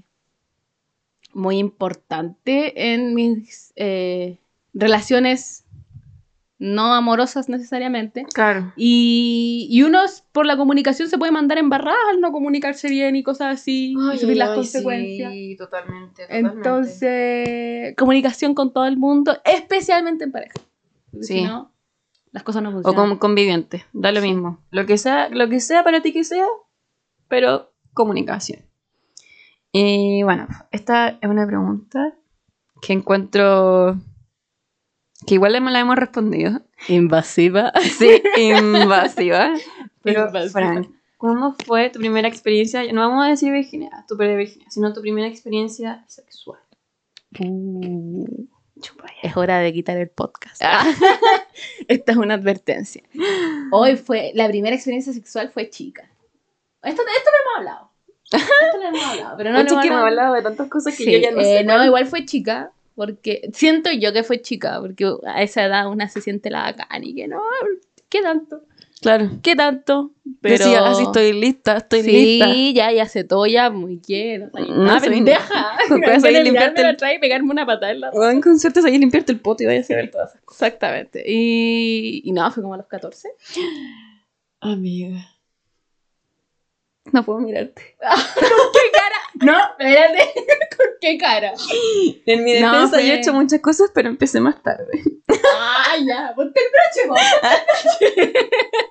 Speaker 1: muy importante en mis eh, relaciones no amorosas necesariamente.
Speaker 2: Claro.
Speaker 1: Y, y uno por la comunicación se puede mandar embarrar al no comunicarse bien y cosas así, y sufrir las consecuencias.
Speaker 2: Sí, totalmente, totalmente.
Speaker 1: Entonces, comunicación con todo el mundo, especialmente en pareja. Porque
Speaker 2: Sí.
Speaker 1: si no, las cosas no
Speaker 2: O
Speaker 1: funcionan.
Speaker 2: como conviviente, da lo
Speaker 1: Sí.
Speaker 2: mismo. Lo que sea, lo que sea para ti que sea, pero comunicación. Y bueno, esta es una pregunta que encuentro que igual la hemos respondido.
Speaker 1: Invasiva.
Speaker 2: Sí, invasiva. Pero,
Speaker 1: Invasiva.
Speaker 2: Fran, ¿cómo fue tu primera experiencia? No vamos a decir virginidad, tu primera virginidad, sino tu primera experiencia sexual.
Speaker 1: Uh,
Speaker 2: Chupa ya.
Speaker 1: es hora de quitar el podcast. Esta es una advertencia. Hoy fue, la primera experiencia sexual fue chica. Esto, esto lo hemos hablado. Esto lo hemos hablado, pero no
Speaker 2: Mucho
Speaker 1: lo
Speaker 2: que
Speaker 1: hemos
Speaker 2: me ha
Speaker 1: hablado.
Speaker 2: hablado de tantas cosas que
Speaker 1: Sí,
Speaker 2: yo ya no
Speaker 1: eh,
Speaker 2: sé.
Speaker 1: no,
Speaker 2: cuál.
Speaker 1: igual fue chica, porque siento yo que fue chica, porque a esa edad una se siente la bacán y que no, ¿qué tanto?
Speaker 2: Claro.
Speaker 1: ¿Qué tanto? Pero
Speaker 2: Decía, así estoy lista, estoy
Speaker 1: sí,
Speaker 2: lista.
Speaker 1: ya, ya se toya, muy quiero.
Speaker 2: No,
Speaker 1: No,
Speaker 2: soy-
Speaker 1: pendeja.
Speaker 2: Puedes
Speaker 1: Ganas
Speaker 2: ahí
Speaker 1: de
Speaker 2: limpiarte
Speaker 1: mirarme
Speaker 2: el-
Speaker 1: atrás y pegarme una patada en la
Speaker 2: O en con suerte sabías limpiarte el poto y vayas a ver todas esas cosas.
Speaker 1: Exactamente. Y, y no, fue como a los catorce.
Speaker 2: Amiga. No puedo mirarte.
Speaker 1: ¿Qué cara? No, espérate. ¿Con qué cara?
Speaker 2: En mi
Speaker 1: No,
Speaker 2: defensa
Speaker 1: fue-
Speaker 2: yo he hecho muchas cosas, pero empecé más tarde.
Speaker 1: Ah, ya. Ponte el broche, vos.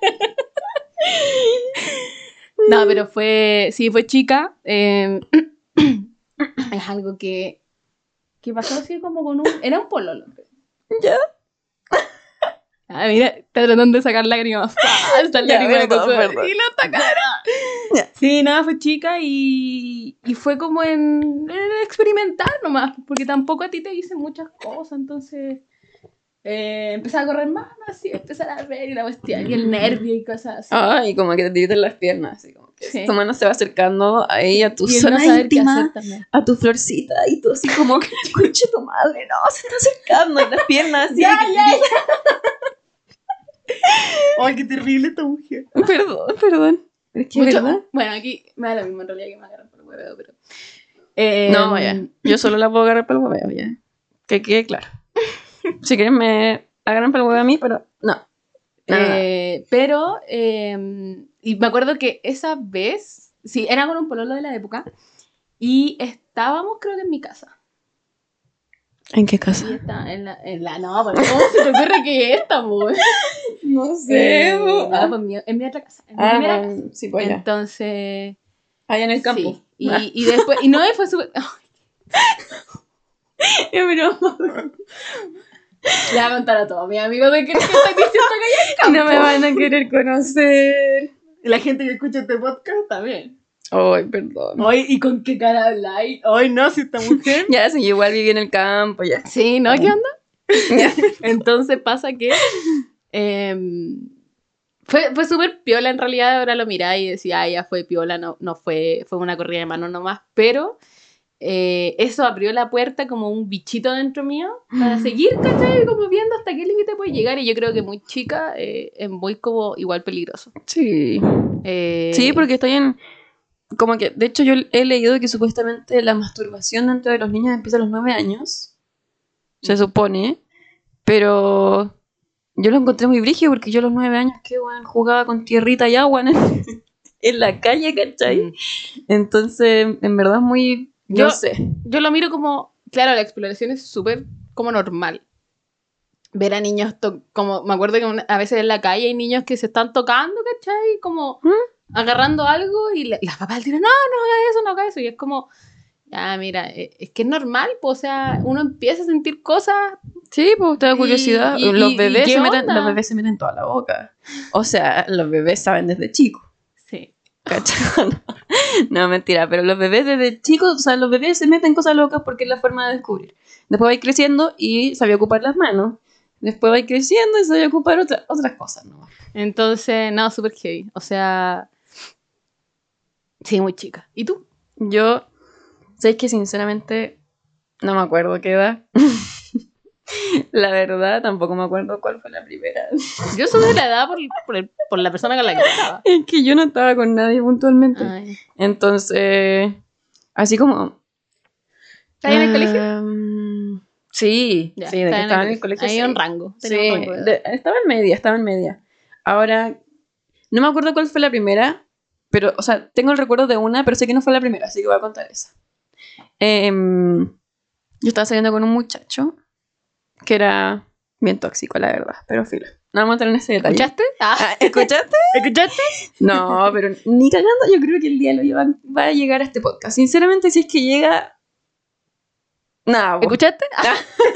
Speaker 1: No, pero fue. Sí, fue chica. eh, es algo que, que pasó así como con un... Era un pololo.
Speaker 2: ¿Ya?
Speaker 1: Ah, mira, está tratando de sacar lágrimas. Falsas
Speaker 2: Ya,
Speaker 1: lágrimas de
Speaker 2: perdón,
Speaker 1: coco.
Speaker 2: perdón.
Speaker 1: Y lo sacaron.
Speaker 2: Ya.
Speaker 1: Sí, nada, fue chica y, y fue como en, en experimentar nomás, porque tampoco a ti te dicen muchas cosas, entonces eh, empecé a correr más, así, empezar a ver y la cuestión, y el nervio y cosas así.
Speaker 2: Ay, como que te tiran las piernas, así como que
Speaker 1: Sí.
Speaker 2: tu mano se va acercando ahí a tu
Speaker 1: Y el no
Speaker 2: zona
Speaker 1: saber qué hacer
Speaker 2: íntima,
Speaker 1: también.
Speaker 2: a tu florcita, y tú así como, conche tu madre, no, se está acercando, y las piernas así.
Speaker 1: Ya,
Speaker 2: que-
Speaker 1: ya, ¡ay, qué terrible esta mujer!
Speaker 2: Perdón, perdón. Es que,
Speaker 1: Mucho-
Speaker 2: ¿verdad?
Speaker 1: Bueno, aquí me da lo mismo en realidad que me agarran por el huevo, pero... Eh,
Speaker 2: No, ya. Yo solo la puedo agarrar por el hueveo, ya. Que quede claro. Si quieren me agarran por el huevo a mí, pero no. Nada.
Speaker 1: Eh, pero, eh, y me acuerdo que esa vez, sí, era con un pololo de la época, y estábamos creo que en mi casa.
Speaker 2: ¿En qué
Speaker 1: Y
Speaker 2: casa?
Speaker 1: está en la, en la, no, pero ¿cómo se te ocurre que esta, pues?
Speaker 2: No
Speaker 1: Eh, no, pues mi- en mi otra casa, en mi
Speaker 2: Ah,
Speaker 1: primera
Speaker 2: bueno,
Speaker 1: casa.
Speaker 2: sí, pues ya.
Speaker 1: Entonces,
Speaker 2: Allá en el campo.
Speaker 1: sí, y, y después, y no, y fue súper...
Speaker 2: Es broma.
Speaker 1: Le voy a contar a todos mis amigos de que estoy diciendo que hay en campo.
Speaker 2: No me van a querer conocer.
Speaker 1: Y la gente que escucha este podcast también.
Speaker 2: Ay, perdón.
Speaker 1: Hoy, ¿y con qué cara habláis? Hoy no, si esta mujer.
Speaker 2: Ya, sí, yo igual viví en el campo, ya.
Speaker 1: Sí, ¿no? ¿Qué onda?
Speaker 2: Ya.
Speaker 1: Entonces pasa que eh, fue, fue súper piola en realidad, ahora lo miráis y decía, ah, ya fue piola, no, no fue, fue una corrida de mano nomás, pero eh, eso abrió la puerta como un bichito dentro mío para seguir, ¿cachai? Como viendo hasta qué límite puede llegar y yo creo que muy chica eh, es muy como igual peligroso.
Speaker 2: Sí.
Speaker 1: Eh,
Speaker 2: Sí, porque estoy en... Como que, de hecho, yo he leído que supuestamente la masturbación dentro de los niños empieza a los nueve años. Se supone. Pero yo lo encontré muy brígido porque yo a los nueve años, que bueno, jugaba con tierrita y agua en, el- en la calle, ¿cachai?
Speaker 1: Mm.
Speaker 2: Entonces, en verdad es muy...
Speaker 1: Yo-
Speaker 2: No sé.
Speaker 1: Yo lo miro como, claro, la exploración es súper como normal. Ver a niños, to- como, me acuerdo que una- a veces en la calle hay niños que se están tocando, ¿cachai? Como
Speaker 2: ¿Mm?
Speaker 1: agarrando algo y la- las papás dirán, no, no haga eso, no haga eso. Y es como, ya, mira, eh, es que es normal, pues, o sea, uno empieza a sentir cosas.
Speaker 2: Sí, pues te da
Speaker 1: Y-
Speaker 2: curiosidad.
Speaker 1: y-
Speaker 2: los,
Speaker 1: y-
Speaker 2: bebés
Speaker 1: ¿y qué
Speaker 2: se meten,
Speaker 1: onda?
Speaker 2: los bebés se meten toda la boca. O sea, los bebés saben desde chicos.
Speaker 1: Sí.
Speaker 2: ¿Cachai? No, mentira, pero los bebés desde chicos, o sea, los bebés se meten cosas locas porque es la forma de descubrir. Después vais creciendo y sabía ocupar las manos. Después vais creciendo y sabía ocupar otra- otras cosas, ¿no?
Speaker 1: Entonces, no, súper heavy. O sea, sí, muy chica. ¿Y tú?
Speaker 2: Yo, sé que sinceramente no me acuerdo qué edad. La verdad, tampoco me acuerdo cuál fue la primera.
Speaker 1: Yo soy de la edad por, por, el- por la persona con la que estaba.
Speaker 2: Es que yo no estaba con nadie puntualmente.
Speaker 1: Ay.
Speaker 2: Entonces, así como...
Speaker 1: ¿Estás en el colegio?
Speaker 2: Am, sí,
Speaker 1: Ya,
Speaker 2: sí, de
Speaker 1: estás
Speaker 2: que
Speaker 1: en
Speaker 2: estaba en el colegio.
Speaker 1: Hay
Speaker 2: sí.
Speaker 1: un rango.
Speaker 2: Sí,
Speaker 1: tenía un rango de edad.
Speaker 2: de- estaba en media, estaba en media. Ahora, no me acuerdo cuál fue la primera, pero, o sea, tengo el recuerdo de una, pero sé que no fue la primera, así que voy a contar esa. Em, yo estaba saliendo con un muchacho que era bien tóxico, la verdad, pero filo. No vamos a entrar en ese detalle.
Speaker 1: ¿Escuchaste? Ah,
Speaker 2: Ah, ¿escuchaste?
Speaker 1: ¿escuchaste?
Speaker 2: No, pero ni cagando, yo creo que el día lo lleva, va a llegar a este podcast. Sinceramente, si es que llega... Nada, bo.
Speaker 1: ¿Escuchaste? Ah,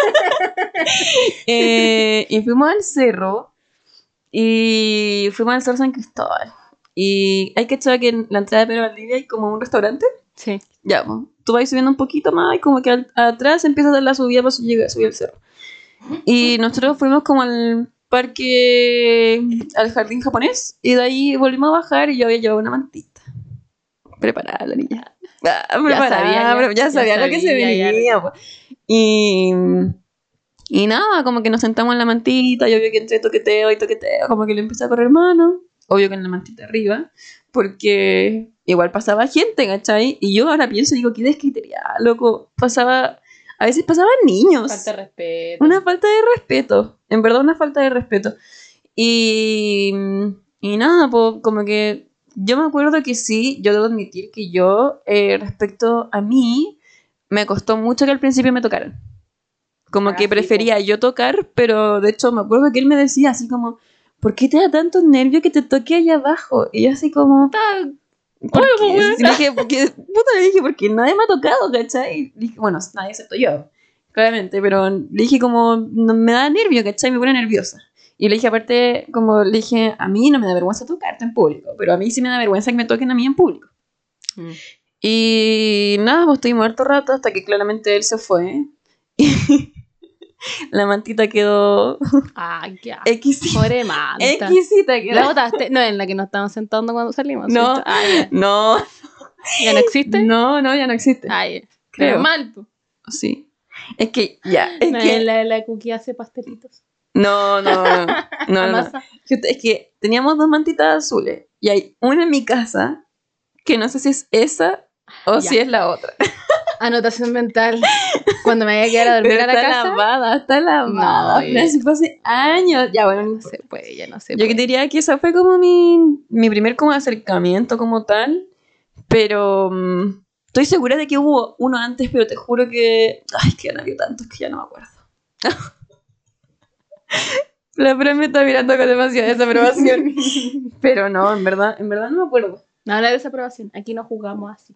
Speaker 2: Eh, y fuimos al cerro. Y fuimos al cerro San Cristóbal. Y hay que saber que en la entrada de Pedro Valdivia hay como un restaurante.
Speaker 1: sí.
Speaker 2: Ya, pues, tú vas subiendo un poquito más y como que al- atrás empieza a dar la subida para llegar a subir el cerro. Y nosotros fuimos como al parque, al jardín japonés. Y de ahí volvimos a bajar y yo había llevado una mantita. Preparada la niña. Ah, preparada,
Speaker 1: sabía, ya.
Speaker 2: pre- ya
Speaker 1: Ya
Speaker 2: sabía lo que se
Speaker 1: sabía, ya.
Speaker 2: venía. po. Y, y nada, como que nos sentamos en la mantita. Yo vi que entre toqueteo y toqueteo, como que le empecé a correr mano. Obvio que en la mantita arriba, porque igual pasaba gente, ¿cachai? Y yo ahora pienso y digo, qué descriteriada, loco. Pasaba, a veces pasaban niños.
Speaker 1: Falta de respeto.
Speaker 2: Una falta de respeto, en verdad una falta de respeto. Y, y nada, pues como que yo me acuerdo que sí, yo debo admitir que yo, eh, respecto a mí, me costó mucho que al principio me tocaran. Como
Speaker 1: Ah,
Speaker 2: que
Speaker 1: sí,
Speaker 2: prefería yo tocar, pero de hecho me acuerdo que él me decía así como, ¿por qué te da tanto nervio que te toque allá abajo? Y yo así como,
Speaker 1: Está
Speaker 2: ¿Por qué? Y le dije, porque, puta, le dije, porque nadie me ha tocado, ¿cachai? Y dije, bueno, nadie excepto yo, claramente, pero le dije como, no, me da nervio, ¿cachai? Me pone nerviosa. Y le dije, aparte, como le dije, a mí no me da vergüenza tocarte en público, pero a mí sí me da vergüenza que me toquen a mí en público. Mm. Y nada, pues estoy muerto rato hasta que claramente él se fue. Y la mantita quedó...
Speaker 1: Ay, qué
Speaker 2: exquisita.
Speaker 1: Pobre manta.
Speaker 2: Exquisita quedó.
Speaker 1: ¿La botaste? No, en la que nos estábamos sentando cuando salimos.
Speaker 2: No,
Speaker 1: ah, ya.
Speaker 2: no.
Speaker 1: ¿Ya no existe?
Speaker 2: No, no, ya no existe.
Speaker 1: Ay,
Speaker 2: creo.
Speaker 1: Mal.
Speaker 2: Sí. Es que, ya. Es
Speaker 1: no,
Speaker 2: que...
Speaker 1: La, la cookie hace pastelitos.
Speaker 2: No, no, no. no, no, no. Es que teníamos dos mantitas azules. Y hay una en mi casa que no sé si es esa o ya. si es la otra.
Speaker 1: Anotación mental. Cuando me vaya a quedar a dormir
Speaker 2: Pero
Speaker 1: a la
Speaker 2: está
Speaker 1: casa.
Speaker 2: Lavada, está lavada. No, pero si fue hace años. Ya, bueno, no
Speaker 1: se puede, ya no sé.
Speaker 2: Yo diría que esa fue como mi, mi primer como acercamiento como tal. Pero um, estoy segura de que hubo uno antes, pero te juro que... Ay, que han habido tantos que ya no me acuerdo. La Fran me está mirando con demasiada desaprobación. Pero no, en verdad, en verdad no me acuerdo.
Speaker 1: No, la desaprobación. Aquí no jugamos así.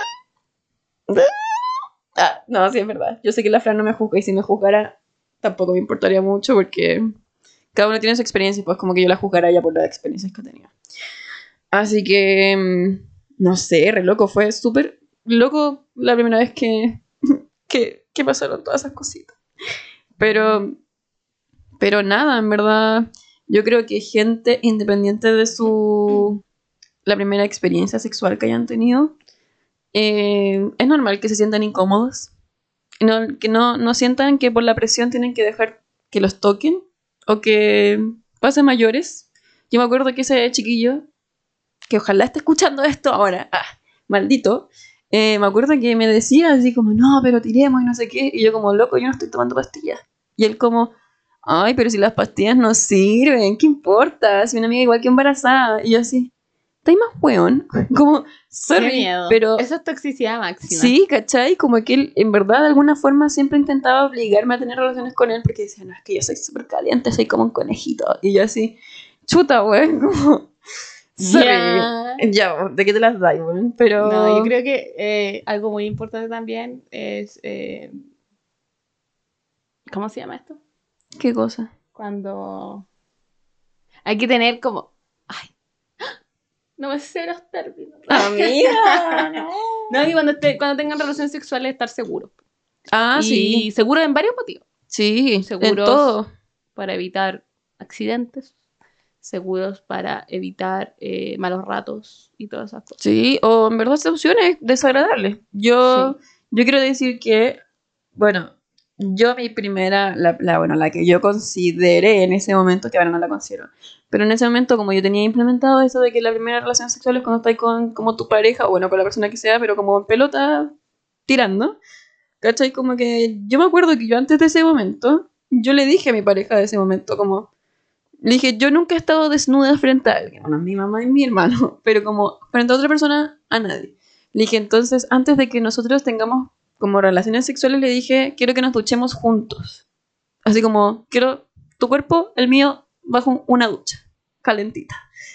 Speaker 2: Ah, no, sí, es verdad. Yo sé que la Fran no me juzga y si me juzgara tampoco me importaría mucho porque cada uno tiene su experiencia y pues como que yo la juzgara ya por las experiencias que tenía. Así que, no sé, re loco. Fue súper loco la primera vez que, que, que pasaron todas esas cositas. Pero, pero nada, en verdad, yo creo que gente independiente de su... la primera experiencia sexual que hayan tenido, eh, es normal que se sientan incómodos, no, que no, no sientan que por la presión tienen que dejar que los toquen o que pasen mayores. Yo me acuerdo que ese chiquillo, que ojalá esté escuchando esto ahora, ah, maldito, eh, me acuerdo que me decía así como, no, pero tiremos y no sé qué, y yo como, loco, yo no estoy tomando pastillas. Y él como, ay, pero si las pastillas no sirven, ¿qué importa? Si una amiga igual que embarazada. Y yo así, ¿estás más weón? Como, sorry,
Speaker 1: qué miedo.
Speaker 2: Pero...
Speaker 1: Eso es toxicidad máxima.
Speaker 2: Sí, ¿cachai? Como que él, en verdad, de alguna forma siempre intentaba obligarme a tener relaciones con él porque decía, no, es que yo soy súper caliente, soy como un conejito. Y yo así, chuta, weón, como... Sorry.
Speaker 1: Ya,
Speaker 2: ya, ¿de qué te las das, weón? Pero...
Speaker 1: No, yo creo que eh, algo muy importante también es... Eh, ¿cómo se llama esto?
Speaker 2: ¿Qué cosa?
Speaker 1: Cuando hay que tener como... Ay, no me sé los términos.
Speaker 2: Amiga, no.
Speaker 1: No, y cuando, te, cuando tengan relaciones sexuales estar seguros.
Speaker 2: Ah,
Speaker 1: y
Speaker 2: sí.
Speaker 1: seguros en varios motivos.
Speaker 2: Sí,
Speaker 1: seguros
Speaker 2: en todo.
Speaker 1: Para evitar accidentes, seguros para evitar eh, malos ratos y todas esas cosas.
Speaker 2: Sí, o en verdad esa opción es desagradable. Yo, sí. yo quiero decir que, bueno, yo mi primera, la, la, bueno, la que yo consideré en ese momento, que ahora no la considero, pero en ese momento como yo tenía implementado eso de que la primera relación sexual es cuando estás con como tu pareja, o bueno, con la persona que sea, pero como en pelota tirando, ¿cachai? Como que yo me acuerdo que yo antes de ese momento, yo le dije a mi pareja de ese momento como... Le dije, yo nunca he estado desnuda frente a alguien, bueno, a mi mamá y mi hermano, pero como frente a otra persona, a nadie. Le dije, entonces, antes de que nosotros tengamos como relaciones sexuales, le dije, quiero que nos duchemos juntos. Así como, quiero tu cuerpo, el mío, bajo una ducha, calentita.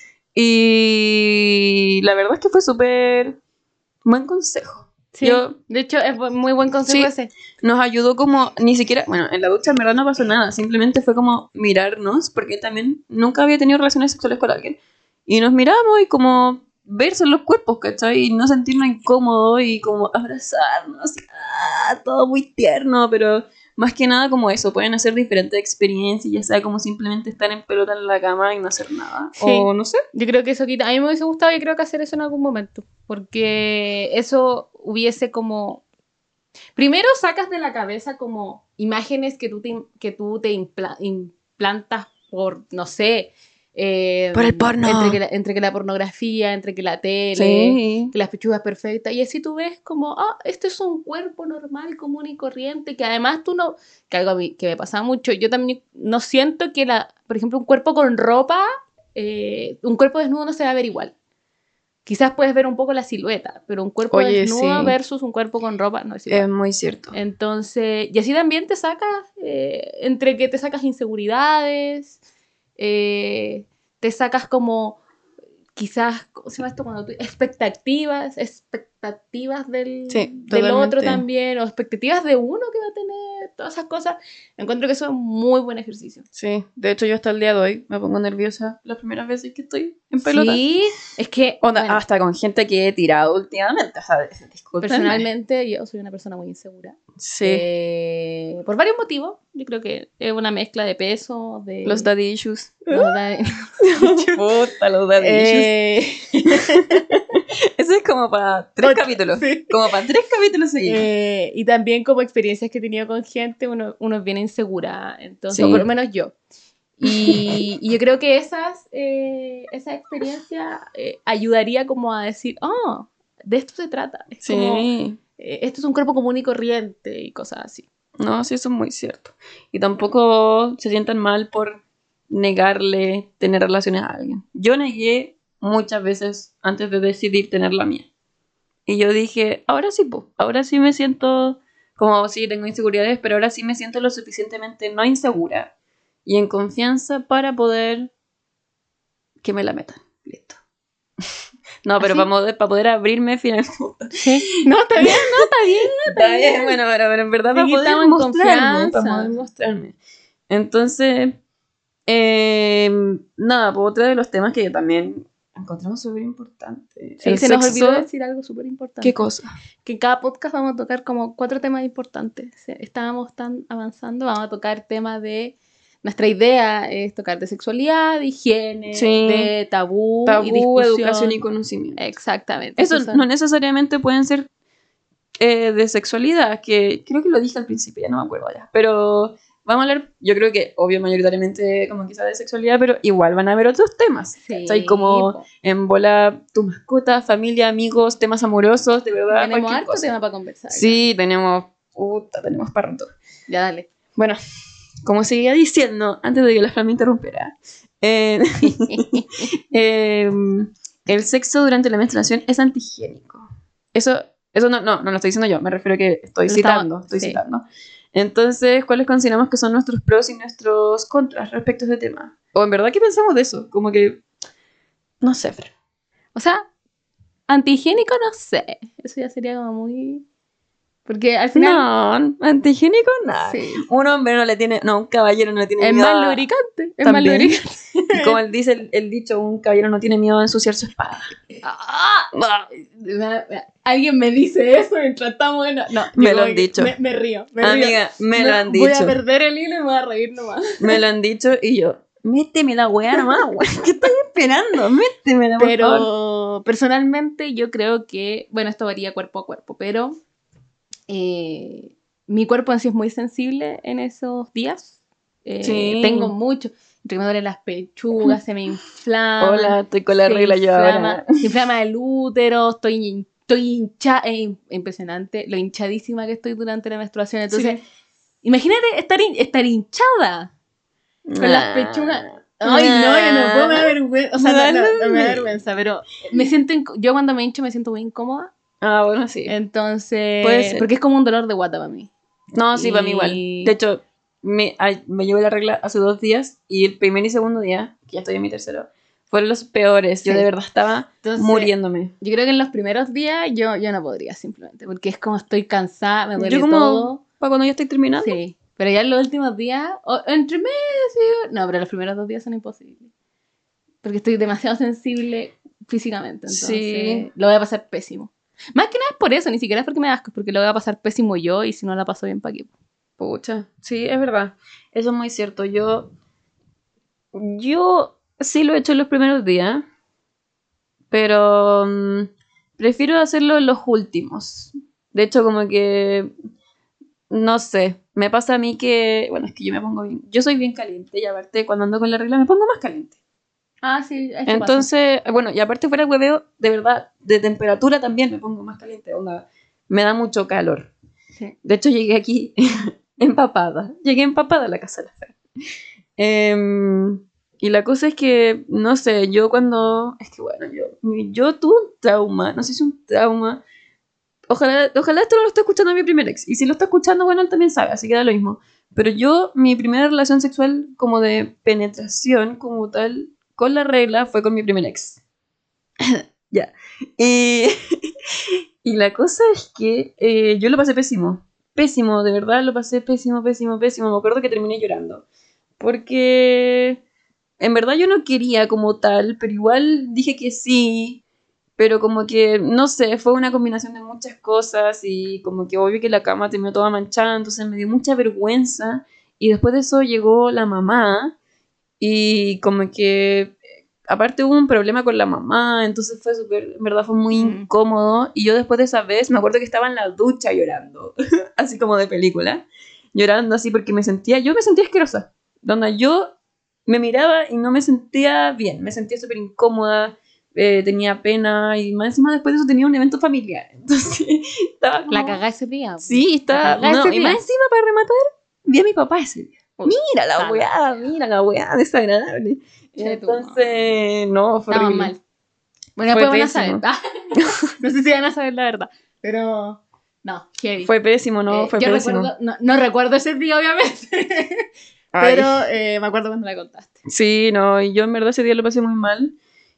Speaker 2: Y la verdad es que fue súper buen consejo.
Speaker 1: Sí, yo, de hecho es muy buen consejo sí, ese.
Speaker 2: Nos ayudó como, ni siquiera, bueno, en la ducha en verdad no pasó nada, simplemente fue como mirarnos, porque también nunca había tenido relaciones sexuales con alguien. Y nos miramos y como verse en los cuerpos, ¿cachai? Y no sentirnos incómodos y como abrazarnos, ah, todo muy tierno, pero más que nada como eso, pueden hacer diferentes experiencias, ya sea como simplemente estar en pelota en la cama y no hacer nada, sí. O no sé.
Speaker 1: Yo creo que eso quita, a mí me hubiese gustado y creo que hacer eso en algún momento, porque eso hubiese como... Primero sacas de la cabeza como imágenes que tú te, que tú te impla, implantas por, no sé... Eh,
Speaker 2: por el porno.
Speaker 1: Entre que, la, entre que la pornografía, entre que la tele,
Speaker 2: sí.
Speaker 1: que las pechugas perfectas. Y así tú ves como, ah, este es un cuerpo normal, común y corriente, que además tú no... Que algo a mí, que me pasa mucho. Yo también no siento que, la por ejemplo, un cuerpo con ropa, eh, un cuerpo desnudo no se va a ver igual. Quizás puedes ver un poco la silueta, pero un cuerpo Oye, desnudo sí. versus un cuerpo con ropa no es igual.
Speaker 2: Es muy cierto.
Speaker 1: Entonces, y así también te sacas, eh, entre que te sacas inseguridades, eh, te sacas como quizás, ¿cómo se llama esto? Cuando tú, expectativas, expectativas del,
Speaker 2: Sí,
Speaker 1: del otro
Speaker 2: totalmente.
Speaker 1: también, o expectativas de uno que va a tener, todas esas cosas. Encuentro que eso es un muy buen ejercicio.
Speaker 2: Sí, de hecho yo hasta el día de hoy me pongo nerviosa las primeras veces que estoy en pelota.
Speaker 1: Sí, es que,
Speaker 2: Onda,
Speaker 1: bueno,
Speaker 2: hasta con gente que he tirado últimamente, o sea, discúlpenme.
Speaker 1: personalmente yo soy una persona muy insegura.
Speaker 2: Sí,
Speaker 1: Eh, por varios motivos. Yo creo que es una mezcla de peso, de...
Speaker 2: los daddy issues.
Speaker 1: los da-
Speaker 2: Puta, los daddy issues.
Speaker 1: Eh,
Speaker 2: Eso es como para tres
Speaker 1: Otra,
Speaker 2: capítulos.
Speaker 1: sí.
Speaker 2: Como para tres capítulos seguidos.
Speaker 1: eh, y también como experiencias que he tenido con gente, uno, uno es bien insegura, entonces,
Speaker 2: Sí.
Speaker 1: o por lo menos yo. Y, y yo creo que esas, eh, esa experiencia eh, ayudaría como a decir, oh, de esto se trata. Es
Speaker 2: Sí.
Speaker 1: como, eh, esto es un cuerpo común y corriente y cosas así.
Speaker 2: No, sí, eso es muy cierto. Y tampoco se sientan mal por negarle tener relaciones a alguien. Yo negué muchas veces antes de decidir tener la mía. Y yo dije, ahora sí, po, ahora sí me siento como sí, tengo inseguridades, pero ahora sí me siento lo suficientemente no insegura y en confianza para poder que me la metan. Listo. No, pero
Speaker 1: ¿Así?
Speaker 2: para poder, para poder abrirme finalmente.
Speaker 1: No, está bien, no, está bien.
Speaker 2: Está bien, bueno, pero, pero en verdad para
Speaker 1: Aquí
Speaker 2: poder
Speaker 1: estamos en
Speaker 2: mostrarme,
Speaker 1: confianza.
Speaker 2: para poder mostrarme. Entonces, eh, nada, pues otro de los temas que también encontramos súper importante.
Speaker 1: Sí,
Speaker 2: el
Speaker 1: se nos
Speaker 2: sexo.
Speaker 1: olvidó decir algo súper importante.
Speaker 2: ¿Qué cosa?
Speaker 1: Que en cada podcast vamos a tocar como cuatro temas importantes. Se- Estábamos tan avanzando, vamos a tocar temas de... Nuestra idea es tocar de sexualidad, de higiene,
Speaker 2: Sí.
Speaker 1: de tabú, y
Speaker 2: Tabú,
Speaker 1: discusión.
Speaker 2: educación y conocimiento.
Speaker 1: Exactamente.
Speaker 2: Eso
Speaker 1: Esos son-
Speaker 2: no necesariamente pueden ser eh, de sexualidad, que creo que lo dije al principio, ya no me acuerdo ya. Pero vamos a hablar, yo creo que obvio mayoritariamente como quizá de sexualidad, pero igual van a haber otros temas.
Speaker 1: Sí,
Speaker 2: ¿Cachai? Como
Speaker 1: po.
Speaker 2: en bola tu mascota, familia, amigos, temas amorosos, de verdad.
Speaker 1: Tenemos
Speaker 2: cualquier
Speaker 1: harto
Speaker 2: cosa.
Speaker 1: tema para conversar. ya.
Speaker 2: Sí, tenemos, puta, tenemos para rato.
Speaker 1: Ya, dale.
Speaker 2: Bueno, como seguía diciendo, antes de que la Fran me interrumpiera, eh, eh, el sexo durante la menstruación es antihigiénico. Eso, eso no, no, no lo estoy diciendo yo, me refiero a que estoy
Speaker 1: Lo
Speaker 2: citando,
Speaker 1: estamos-
Speaker 2: estoy
Speaker 1: sí.
Speaker 2: citando. Entonces, ¿cuáles consideramos que son nuestros pros y nuestros contras respecto a este tema? O en verdad, ¿qué pensamos de eso? Como que, no sé, Fran.
Speaker 1: O sea, antihigiénico no sé. Eso ya sería como muy... Porque al final...
Speaker 2: No, antihigiénico, nada.
Speaker 1: Sí.
Speaker 2: Un hombre no le tiene, no, un caballero no le tiene
Speaker 1: Es
Speaker 2: miedo
Speaker 1: más
Speaker 2: a-
Speaker 1: lubricante. Es más
Speaker 2: También.
Speaker 1: lubricante.
Speaker 2: Y como él dice el, el dicho, un caballero no tiene miedo a ensuciar su espada.
Speaker 1: ¡Ah! Alguien me dice eso mientras estamos en... No,
Speaker 2: Me
Speaker 1: yo
Speaker 2: lo
Speaker 1: como
Speaker 2: han
Speaker 1: que
Speaker 2: dicho.
Speaker 1: Me, me río, me río.
Speaker 2: Amiga, me lo
Speaker 1: No,
Speaker 2: han
Speaker 1: Voy a
Speaker 2: dicho.
Speaker 1: perder el hilo y me voy a reír nomás.
Speaker 2: Me lo han dicho y yo, méteme la weá nomás, weá. ¿Qué estás esperando? Métemela, por favor.
Speaker 1: Pero personalmente yo creo que... Bueno, esto varía cuerpo a cuerpo, pero... eh, mi cuerpo en sí es muy sensible en esos días. Eh,
Speaker 2: Sí.
Speaker 1: Tengo mucho... Entre que me duelen las pechugas, se me inflaman.
Speaker 2: Hola, estoy con la
Speaker 1: se
Speaker 2: regla yo
Speaker 1: inflama,
Speaker 2: ahora.
Speaker 1: se inflama el útero, estoy, hin- estoy hinchada, es impresionante lo hinchadísima que estoy durante la menstruación. Entonces,
Speaker 2: Sí.
Speaker 1: imagínate estar, hin- estar hinchada con las pechugas. Ay, no, yo no puedo, me da vergüenza. O sea, no, no, no me da vergüenza, pero me siento, inc- yo cuando me hincho me siento muy incómoda.
Speaker 2: Ah, bueno, sí.
Speaker 1: Entonces,
Speaker 2: Puede ser.
Speaker 1: porque es como un dolor de guata para mí.
Speaker 2: No, sí, para mí
Speaker 1: y-
Speaker 2: igual. De hecho, me, ay, me llevo la regla hace dos días y el primer y segundo día, que ya estoy en mi tercero, fueron los peores. Yo
Speaker 1: Sí.
Speaker 2: de verdad estaba
Speaker 1: Entonces,
Speaker 2: muriéndome.
Speaker 1: Yo creo que en los primeros días yo, yo no podría simplemente, porque es como estoy cansada, me duele
Speaker 2: Yo como,
Speaker 1: todo.
Speaker 2: para cuando ya estoy terminando.
Speaker 1: Sí, pero ya en los últimos días, o entre medio, sí, no, pero los primeros dos días son imposibles. Porque estoy demasiado sensible físicamente, entonces
Speaker 2: Sí.
Speaker 1: lo voy a pasar pésimo. Más que nada es por eso, ni siquiera es porque me da asco, es porque lo voy a pasar pésimo yo y si no la paso bien, ¿para qué?
Speaker 2: Pucha, sí, es verdad. Eso es muy cierto. Yo, yo sí lo he hecho en los primeros días, pero mm, prefiero hacerlo en los últimos. De hecho, como que, no sé, me pasa a mí que, bueno, es que yo me pongo bien, yo soy bien caliente y aparte cuando ando con la regla me pongo más caliente.
Speaker 1: Ah, sí, eso
Speaker 2: Entonces, bueno, y aparte fuera el hueveo, de verdad, de temperatura también me pongo más caliente, onda, me da mucho calor.
Speaker 1: pasa. Sí.
Speaker 2: De hecho, llegué aquí empapada. Llegué empapada a la casa de la Fer. Em, y la cosa es que, no sé, yo cuando... Es que bueno, yo, yo tuve un trauma, no sé si un trauma. Ojalá, ojalá esto no lo esté escuchando mi primer ex. Y si lo está escuchando, bueno, él también sabe, así que da lo mismo. Pero yo, mi primera relación sexual como de penetración, como tal, con la regla, fue con mi primer ex. Ya. Y, y la cosa es que eh, yo lo pasé pésimo. Pésimo, de verdad lo pasé pésimo, pésimo, pésimo. Me acuerdo que terminé llorando. Porque en verdad yo no quería como tal, pero igual dije que sí. Pero como que, no sé, fue una combinación de muchas cosas y como que obvio que la cama terminó toda manchada, entonces me dio mucha vergüenza. Y después de eso llegó la mamá y como que, aparte hubo un problema con la mamá, entonces fue súper, en verdad fue muy
Speaker 1: Mm.
Speaker 2: incómodo. Y yo después de esa vez me acuerdo que estaba en la ducha llorando, así como de película, llorando así porque me sentía, yo me sentía asquerosa, donde yo me miraba y no me sentía bien, me sentía súper incómoda, eh, tenía pena y más encima después de eso tenía un evento familiar, entonces estaba como...
Speaker 1: La cagá ese día. po.
Speaker 2: Sí,
Speaker 1: La
Speaker 2: estaba...
Speaker 1: cagá
Speaker 2: No,
Speaker 1: ese
Speaker 2: y más
Speaker 1: día.
Speaker 2: encima para rematar, vi a mi papá ese día.
Speaker 1: Uy,
Speaker 2: Mira la
Speaker 1: sala.
Speaker 2: weá, mira la weá, desagradable.
Speaker 1: Che, tu
Speaker 2: Entonces, no, fue
Speaker 1: Estamos
Speaker 2: horrible.
Speaker 1: mal. Bueno,
Speaker 2: Fue
Speaker 1: después van a saber.
Speaker 2: pésimo.
Speaker 1: No sé si van a saber la verdad. Pero. No, heavy.
Speaker 2: Fue pésimo, no,
Speaker 1: Eh,
Speaker 2: fue
Speaker 1: yo
Speaker 2: pésimo.
Speaker 1: recuerdo. No, no recuerdo ese día, obviamente.
Speaker 2: Ay.
Speaker 1: Pero eh, me acuerdo cuando la contaste.
Speaker 2: Sí, no, y yo en verdad ese día lo pasé muy mal.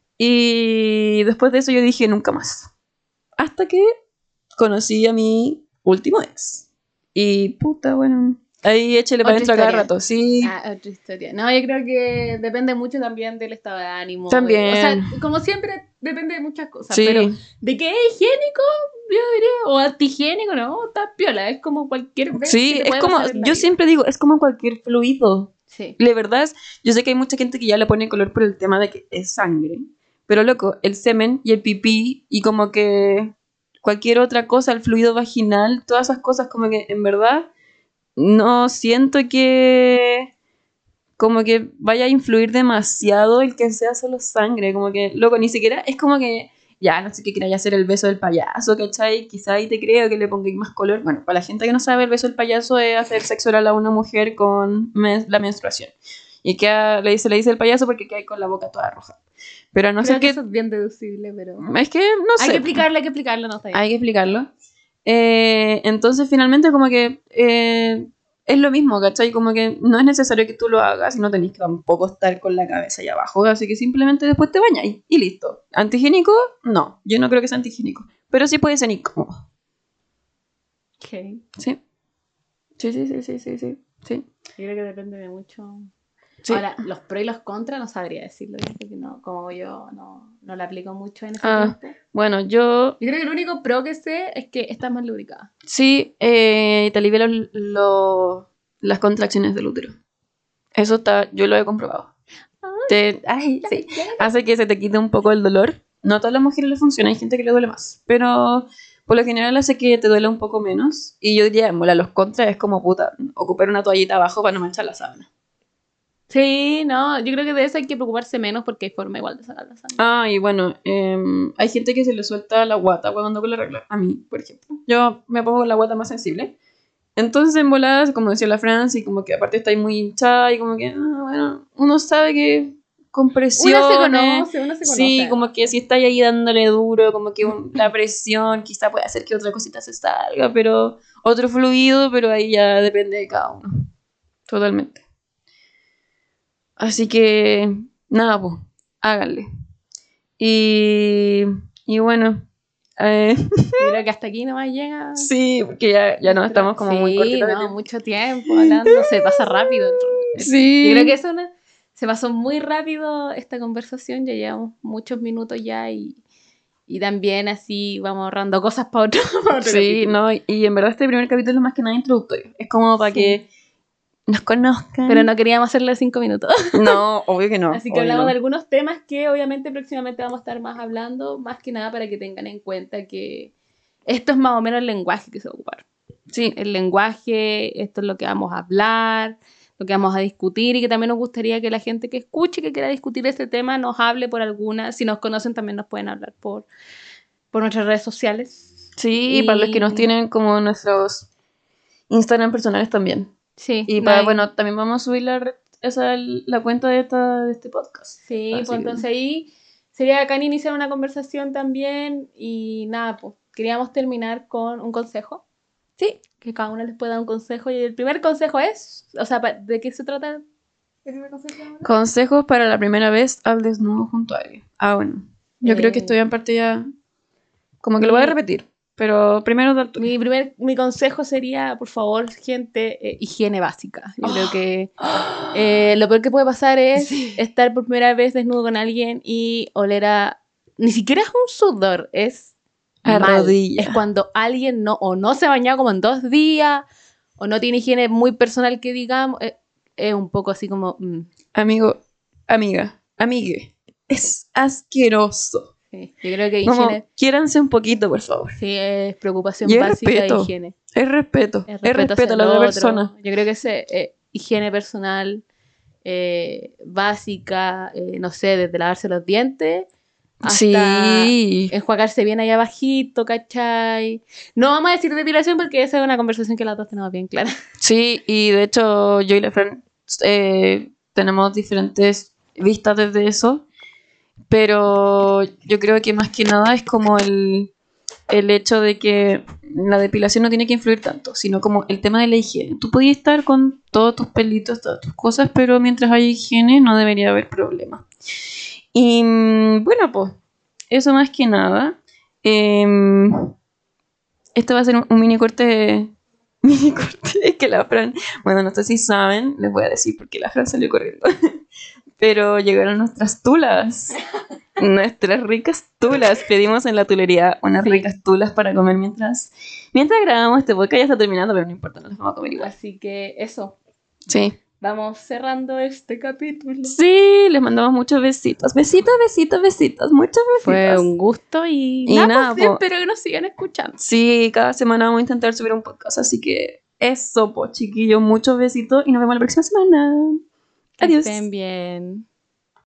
Speaker 2: Y después de eso yo dije nunca más. Hasta que conocí a mi último ex. Y puta, bueno, ahí échale para
Speaker 1: Otra
Speaker 2: adentro a cada
Speaker 1: historia.
Speaker 2: rato, sí.
Speaker 1: Ah, otra historia. No, yo creo que depende mucho también del estado de ánimo. de- o sea,
Speaker 2: También,
Speaker 1: como siempre, depende de muchas cosas.
Speaker 2: sí.
Speaker 1: Pero de que es higiénico, yo diría, o antihigiénico, no, está piola. Es como cualquier vez que
Speaker 2: Sí,
Speaker 1: te
Speaker 2: es
Speaker 1: puede
Speaker 2: como,
Speaker 1: pasar en la
Speaker 2: yo
Speaker 1: vida.
Speaker 2: siempre digo, es como cualquier fluido.
Speaker 1: Sí.
Speaker 2: La verdad es, yo sé que hay mucha gente que ya le pone color por el tema de que es sangre, pero loco, el semen y el pipí y como que cualquier otra cosa, el fluido vaginal, todas esas cosas como que en verdad no siento que como que vaya a influir demasiado el que sea solo sangre, como que, loco, ni siquiera es como que, ya, no sé qué queráis hacer el beso del payaso, ¿cachai? Quizá ahí te creo que le pongáis más color. Bueno, para la gente que no sabe, el beso del payaso es hacer sexo oral a una mujer con mes- la menstruación. Y que le dice, le dice el payaso porque queda con la boca toda roja. Pero a no
Speaker 1: Creo
Speaker 2: ser
Speaker 1: que
Speaker 2: que,
Speaker 1: eso es bien deducible, pero.
Speaker 2: es que, no
Speaker 1: Hay que
Speaker 2: sé,
Speaker 1: explicarlo, hay que explicarlo, no está bien.
Speaker 2: hay que explicarlo. Eh, entonces, finalmente, como que eh, es lo mismo, ¿cachai? Como que no es necesario que tú lo hagas y no tenés que tampoco estar con la cabeza allá abajo. Así que simplemente después te bañáis y listo. ¿Antihigiénico? No, yo no creo que sea antihigiénico. Pero sí puede ser incómodo.
Speaker 1: Ok.
Speaker 2: Sí. Sí, sí, sí, sí, sí, sí. Sí.
Speaker 1: Yo creo que depende de mucho.
Speaker 2: Sí.
Speaker 1: Ahora, los pros y los contras no sabría decirlo, yo porque no, como yo no, no la aplico mucho en ese
Speaker 2: Ah,
Speaker 1: tiempo.
Speaker 2: bueno, yo
Speaker 1: Yo creo que el único pro que sé es que está más lubricada.
Speaker 2: sí eh, te alivia los- los- las contracciones del útero. Eso está, yo lo he comprobado. Te, ay, sí, hace que se te quite un poco el dolor. No a todas las mujeres le funciona, hay gente que le duele más. Pero por lo general hace que te duele un poco menos. Y yo diría, mola, los contras es como puta, ocupar una toallita abajo para no manchar la sábana.
Speaker 1: Sí, no, yo creo que de eso hay que preocuparse menos porque hay forma igual de sacar la sangre.
Speaker 2: Ah, y bueno, em, hay gente que se le suelta la guata cuando anda con la regla. A mí, por ejemplo. Yo me pongo la guata más sensible. Entonces, en voladas, como decía la Francia, y como que aparte está ahí muy hinchada, y como que, ah, bueno, uno sabe que con
Speaker 1: Uno se
Speaker 2: presiones,
Speaker 1: conoce, uno se
Speaker 2: sí,
Speaker 1: conoce.
Speaker 2: como
Speaker 1: además.
Speaker 2: que si está ahí dándole duro, como que un- la presión quizá puede hacer que otra cosita se salga, pero otro fluido, pero ahí ya depende de cada uno. Totalmente. Así que, nada, pues, háganle. Y, y bueno, eh,
Speaker 1: Yo creo que hasta aquí nomás llega.
Speaker 2: sí, porque ya, ya nos
Speaker 1: nuestra-
Speaker 2: estamos como muy
Speaker 1: Sí,
Speaker 2: cortitos de
Speaker 1: no,
Speaker 2: tiempo.
Speaker 1: mucho tiempo hablando, se pasa rápido.
Speaker 2: Sí.
Speaker 1: Yo creo que eso una, se pasó muy rápido esta conversación, ya llevamos muchos minutos ya y, y también así vamos ahorrando cosas para otro, para otro
Speaker 2: Sí,
Speaker 1: capítulo.
Speaker 2: no, y en verdad este primer capítulo es más que nada introductorio. Es como para
Speaker 1: Sí.
Speaker 2: que nos conozcan.
Speaker 1: Pero no queríamos hacerle cinco minutos.
Speaker 2: No, obvio que no.
Speaker 1: Así que
Speaker 2: obvio
Speaker 1: hablamos
Speaker 2: no.
Speaker 1: de algunos temas que obviamente próximamente vamos a estar más hablando, más que nada para que tengan en cuenta que esto es más o menos el lenguaje que se va a ocupar.
Speaker 2: Sí,
Speaker 1: El lenguaje, esto es lo que vamos a hablar, lo que vamos a discutir y que también nos gustaría que la gente que escuche, que quiera discutir este tema, nos hable por alguna. Si nos conocen también nos pueden hablar por, por nuestras redes sociales.
Speaker 2: sí,
Speaker 1: Y
Speaker 2: para los que nos tienen como nuestros Instagram personales también.
Speaker 1: sí,
Speaker 2: Y
Speaker 1: no
Speaker 2: para,
Speaker 1: hay-
Speaker 2: bueno, también vamos a subir la, red- esa, la cuenta de, esta, de este podcast.
Speaker 1: sí,
Speaker 2: Así
Speaker 1: pues
Speaker 2: que-
Speaker 1: entonces ahí sería acá iniciar una conversación también y nada, pues queríamos terminar con un consejo.
Speaker 2: Sí.
Speaker 1: Que cada uno les pueda dar un consejo y el primer consejo es, o sea, pa- ¿de qué se trata el primer consejo ahora?
Speaker 2: Consejos para la primera vez al desnudo junto a alguien. Ah, bueno. Yo
Speaker 1: Eh,
Speaker 2: creo que estoy en parte ya... Como que lo voy a repetir. Pero primero dar tu...
Speaker 1: Mi primer mi consejo sería, por favor, gente, eh, higiene básica. Yo creo que eh, lo peor que puede pasar es
Speaker 2: Sí.
Speaker 1: estar por primera vez desnudo con alguien y oler a... Ni siquiera es un sudor, es
Speaker 2: A
Speaker 1: mal.
Speaker 2: rodilla.
Speaker 1: Es cuando alguien no o no se ha bañado como en dos días o no tiene higiene muy personal que digamos. Es, es un poco así como... mm,
Speaker 2: Amigo, amiga, amigue. Es asqueroso.
Speaker 1: sí. Yo creo que
Speaker 2: Como,
Speaker 1: higiene
Speaker 2: quiéranse un poquito, por favor.
Speaker 1: sí es preocupación
Speaker 2: Y es
Speaker 1: básica de
Speaker 2: respeto.
Speaker 1: higiene.
Speaker 2: Es respeto.
Speaker 1: Es
Speaker 2: Es
Speaker 1: respeto
Speaker 2: respeto
Speaker 1: hacia
Speaker 2: a la
Speaker 1: el
Speaker 2: otra
Speaker 1: otro.
Speaker 2: persona.
Speaker 1: Yo creo que es eh, higiene personal eh, básica, eh, no sé, desde lavarse los dientes hasta
Speaker 2: Sí.
Speaker 1: enjuagarse bien ahí abajito, ¿cachai? No vamos a decir depilación porque esa es una conversación que las dos tenemos bien clara.
Speaker 2: Sí, y de hecho yo y la Fran eh, tenemos diferentes vistas desde eso, pero yo creo que más que nada es como el, el hecho de que la depilación no tiene que influir tanto, sino como el tema de la higiene. Tú podías estar con todos tus pelitos, todas tus cosas, pero mientras haya higiene no debería haber problema. Y mm, bueno, pues eso más que nada. Em, Esto va a ser un, un mini corte. Mini corte. Es que la Fran. Bueno, no sé si saben, les voy a decir porque la Fran salió corriendo. Pero llegaron nuestras tulas. Nuestras ricas tulas. Pedimos en la tulería unas
Speaker 1: Sí.
Speaker 2: ricas tulas para comer mientras. Mientras grabamos este podcast, ya está terminando, pero no importa, no las vamos a comer igual.
Speaker 1: Así que eso,
Speaker 2: Sí.
Speaker 1: vamos cerrando este capítulo.
Speaker 2: Sí, les mandamos muchos besitos. Besitos, besitos, besitos. Muchos besitos.
Speaker 1: Fue un gusto y,
Speaker 2: Y
Speaker 1: nada,
Speaker 2: nada,
Speaker 1: pues,
Speaker 2: po.
Speaker 1: espero que nos sigan escuchando.
Speaker 2: Sí, cada semana vamos a intentar subir un podcast, así que eso, pues chiquillos, muchos besitos y nos vemos la próxima semana.
Speaker 1: Que
Speaker 2: Adiós.
Speaker 1: estén bien.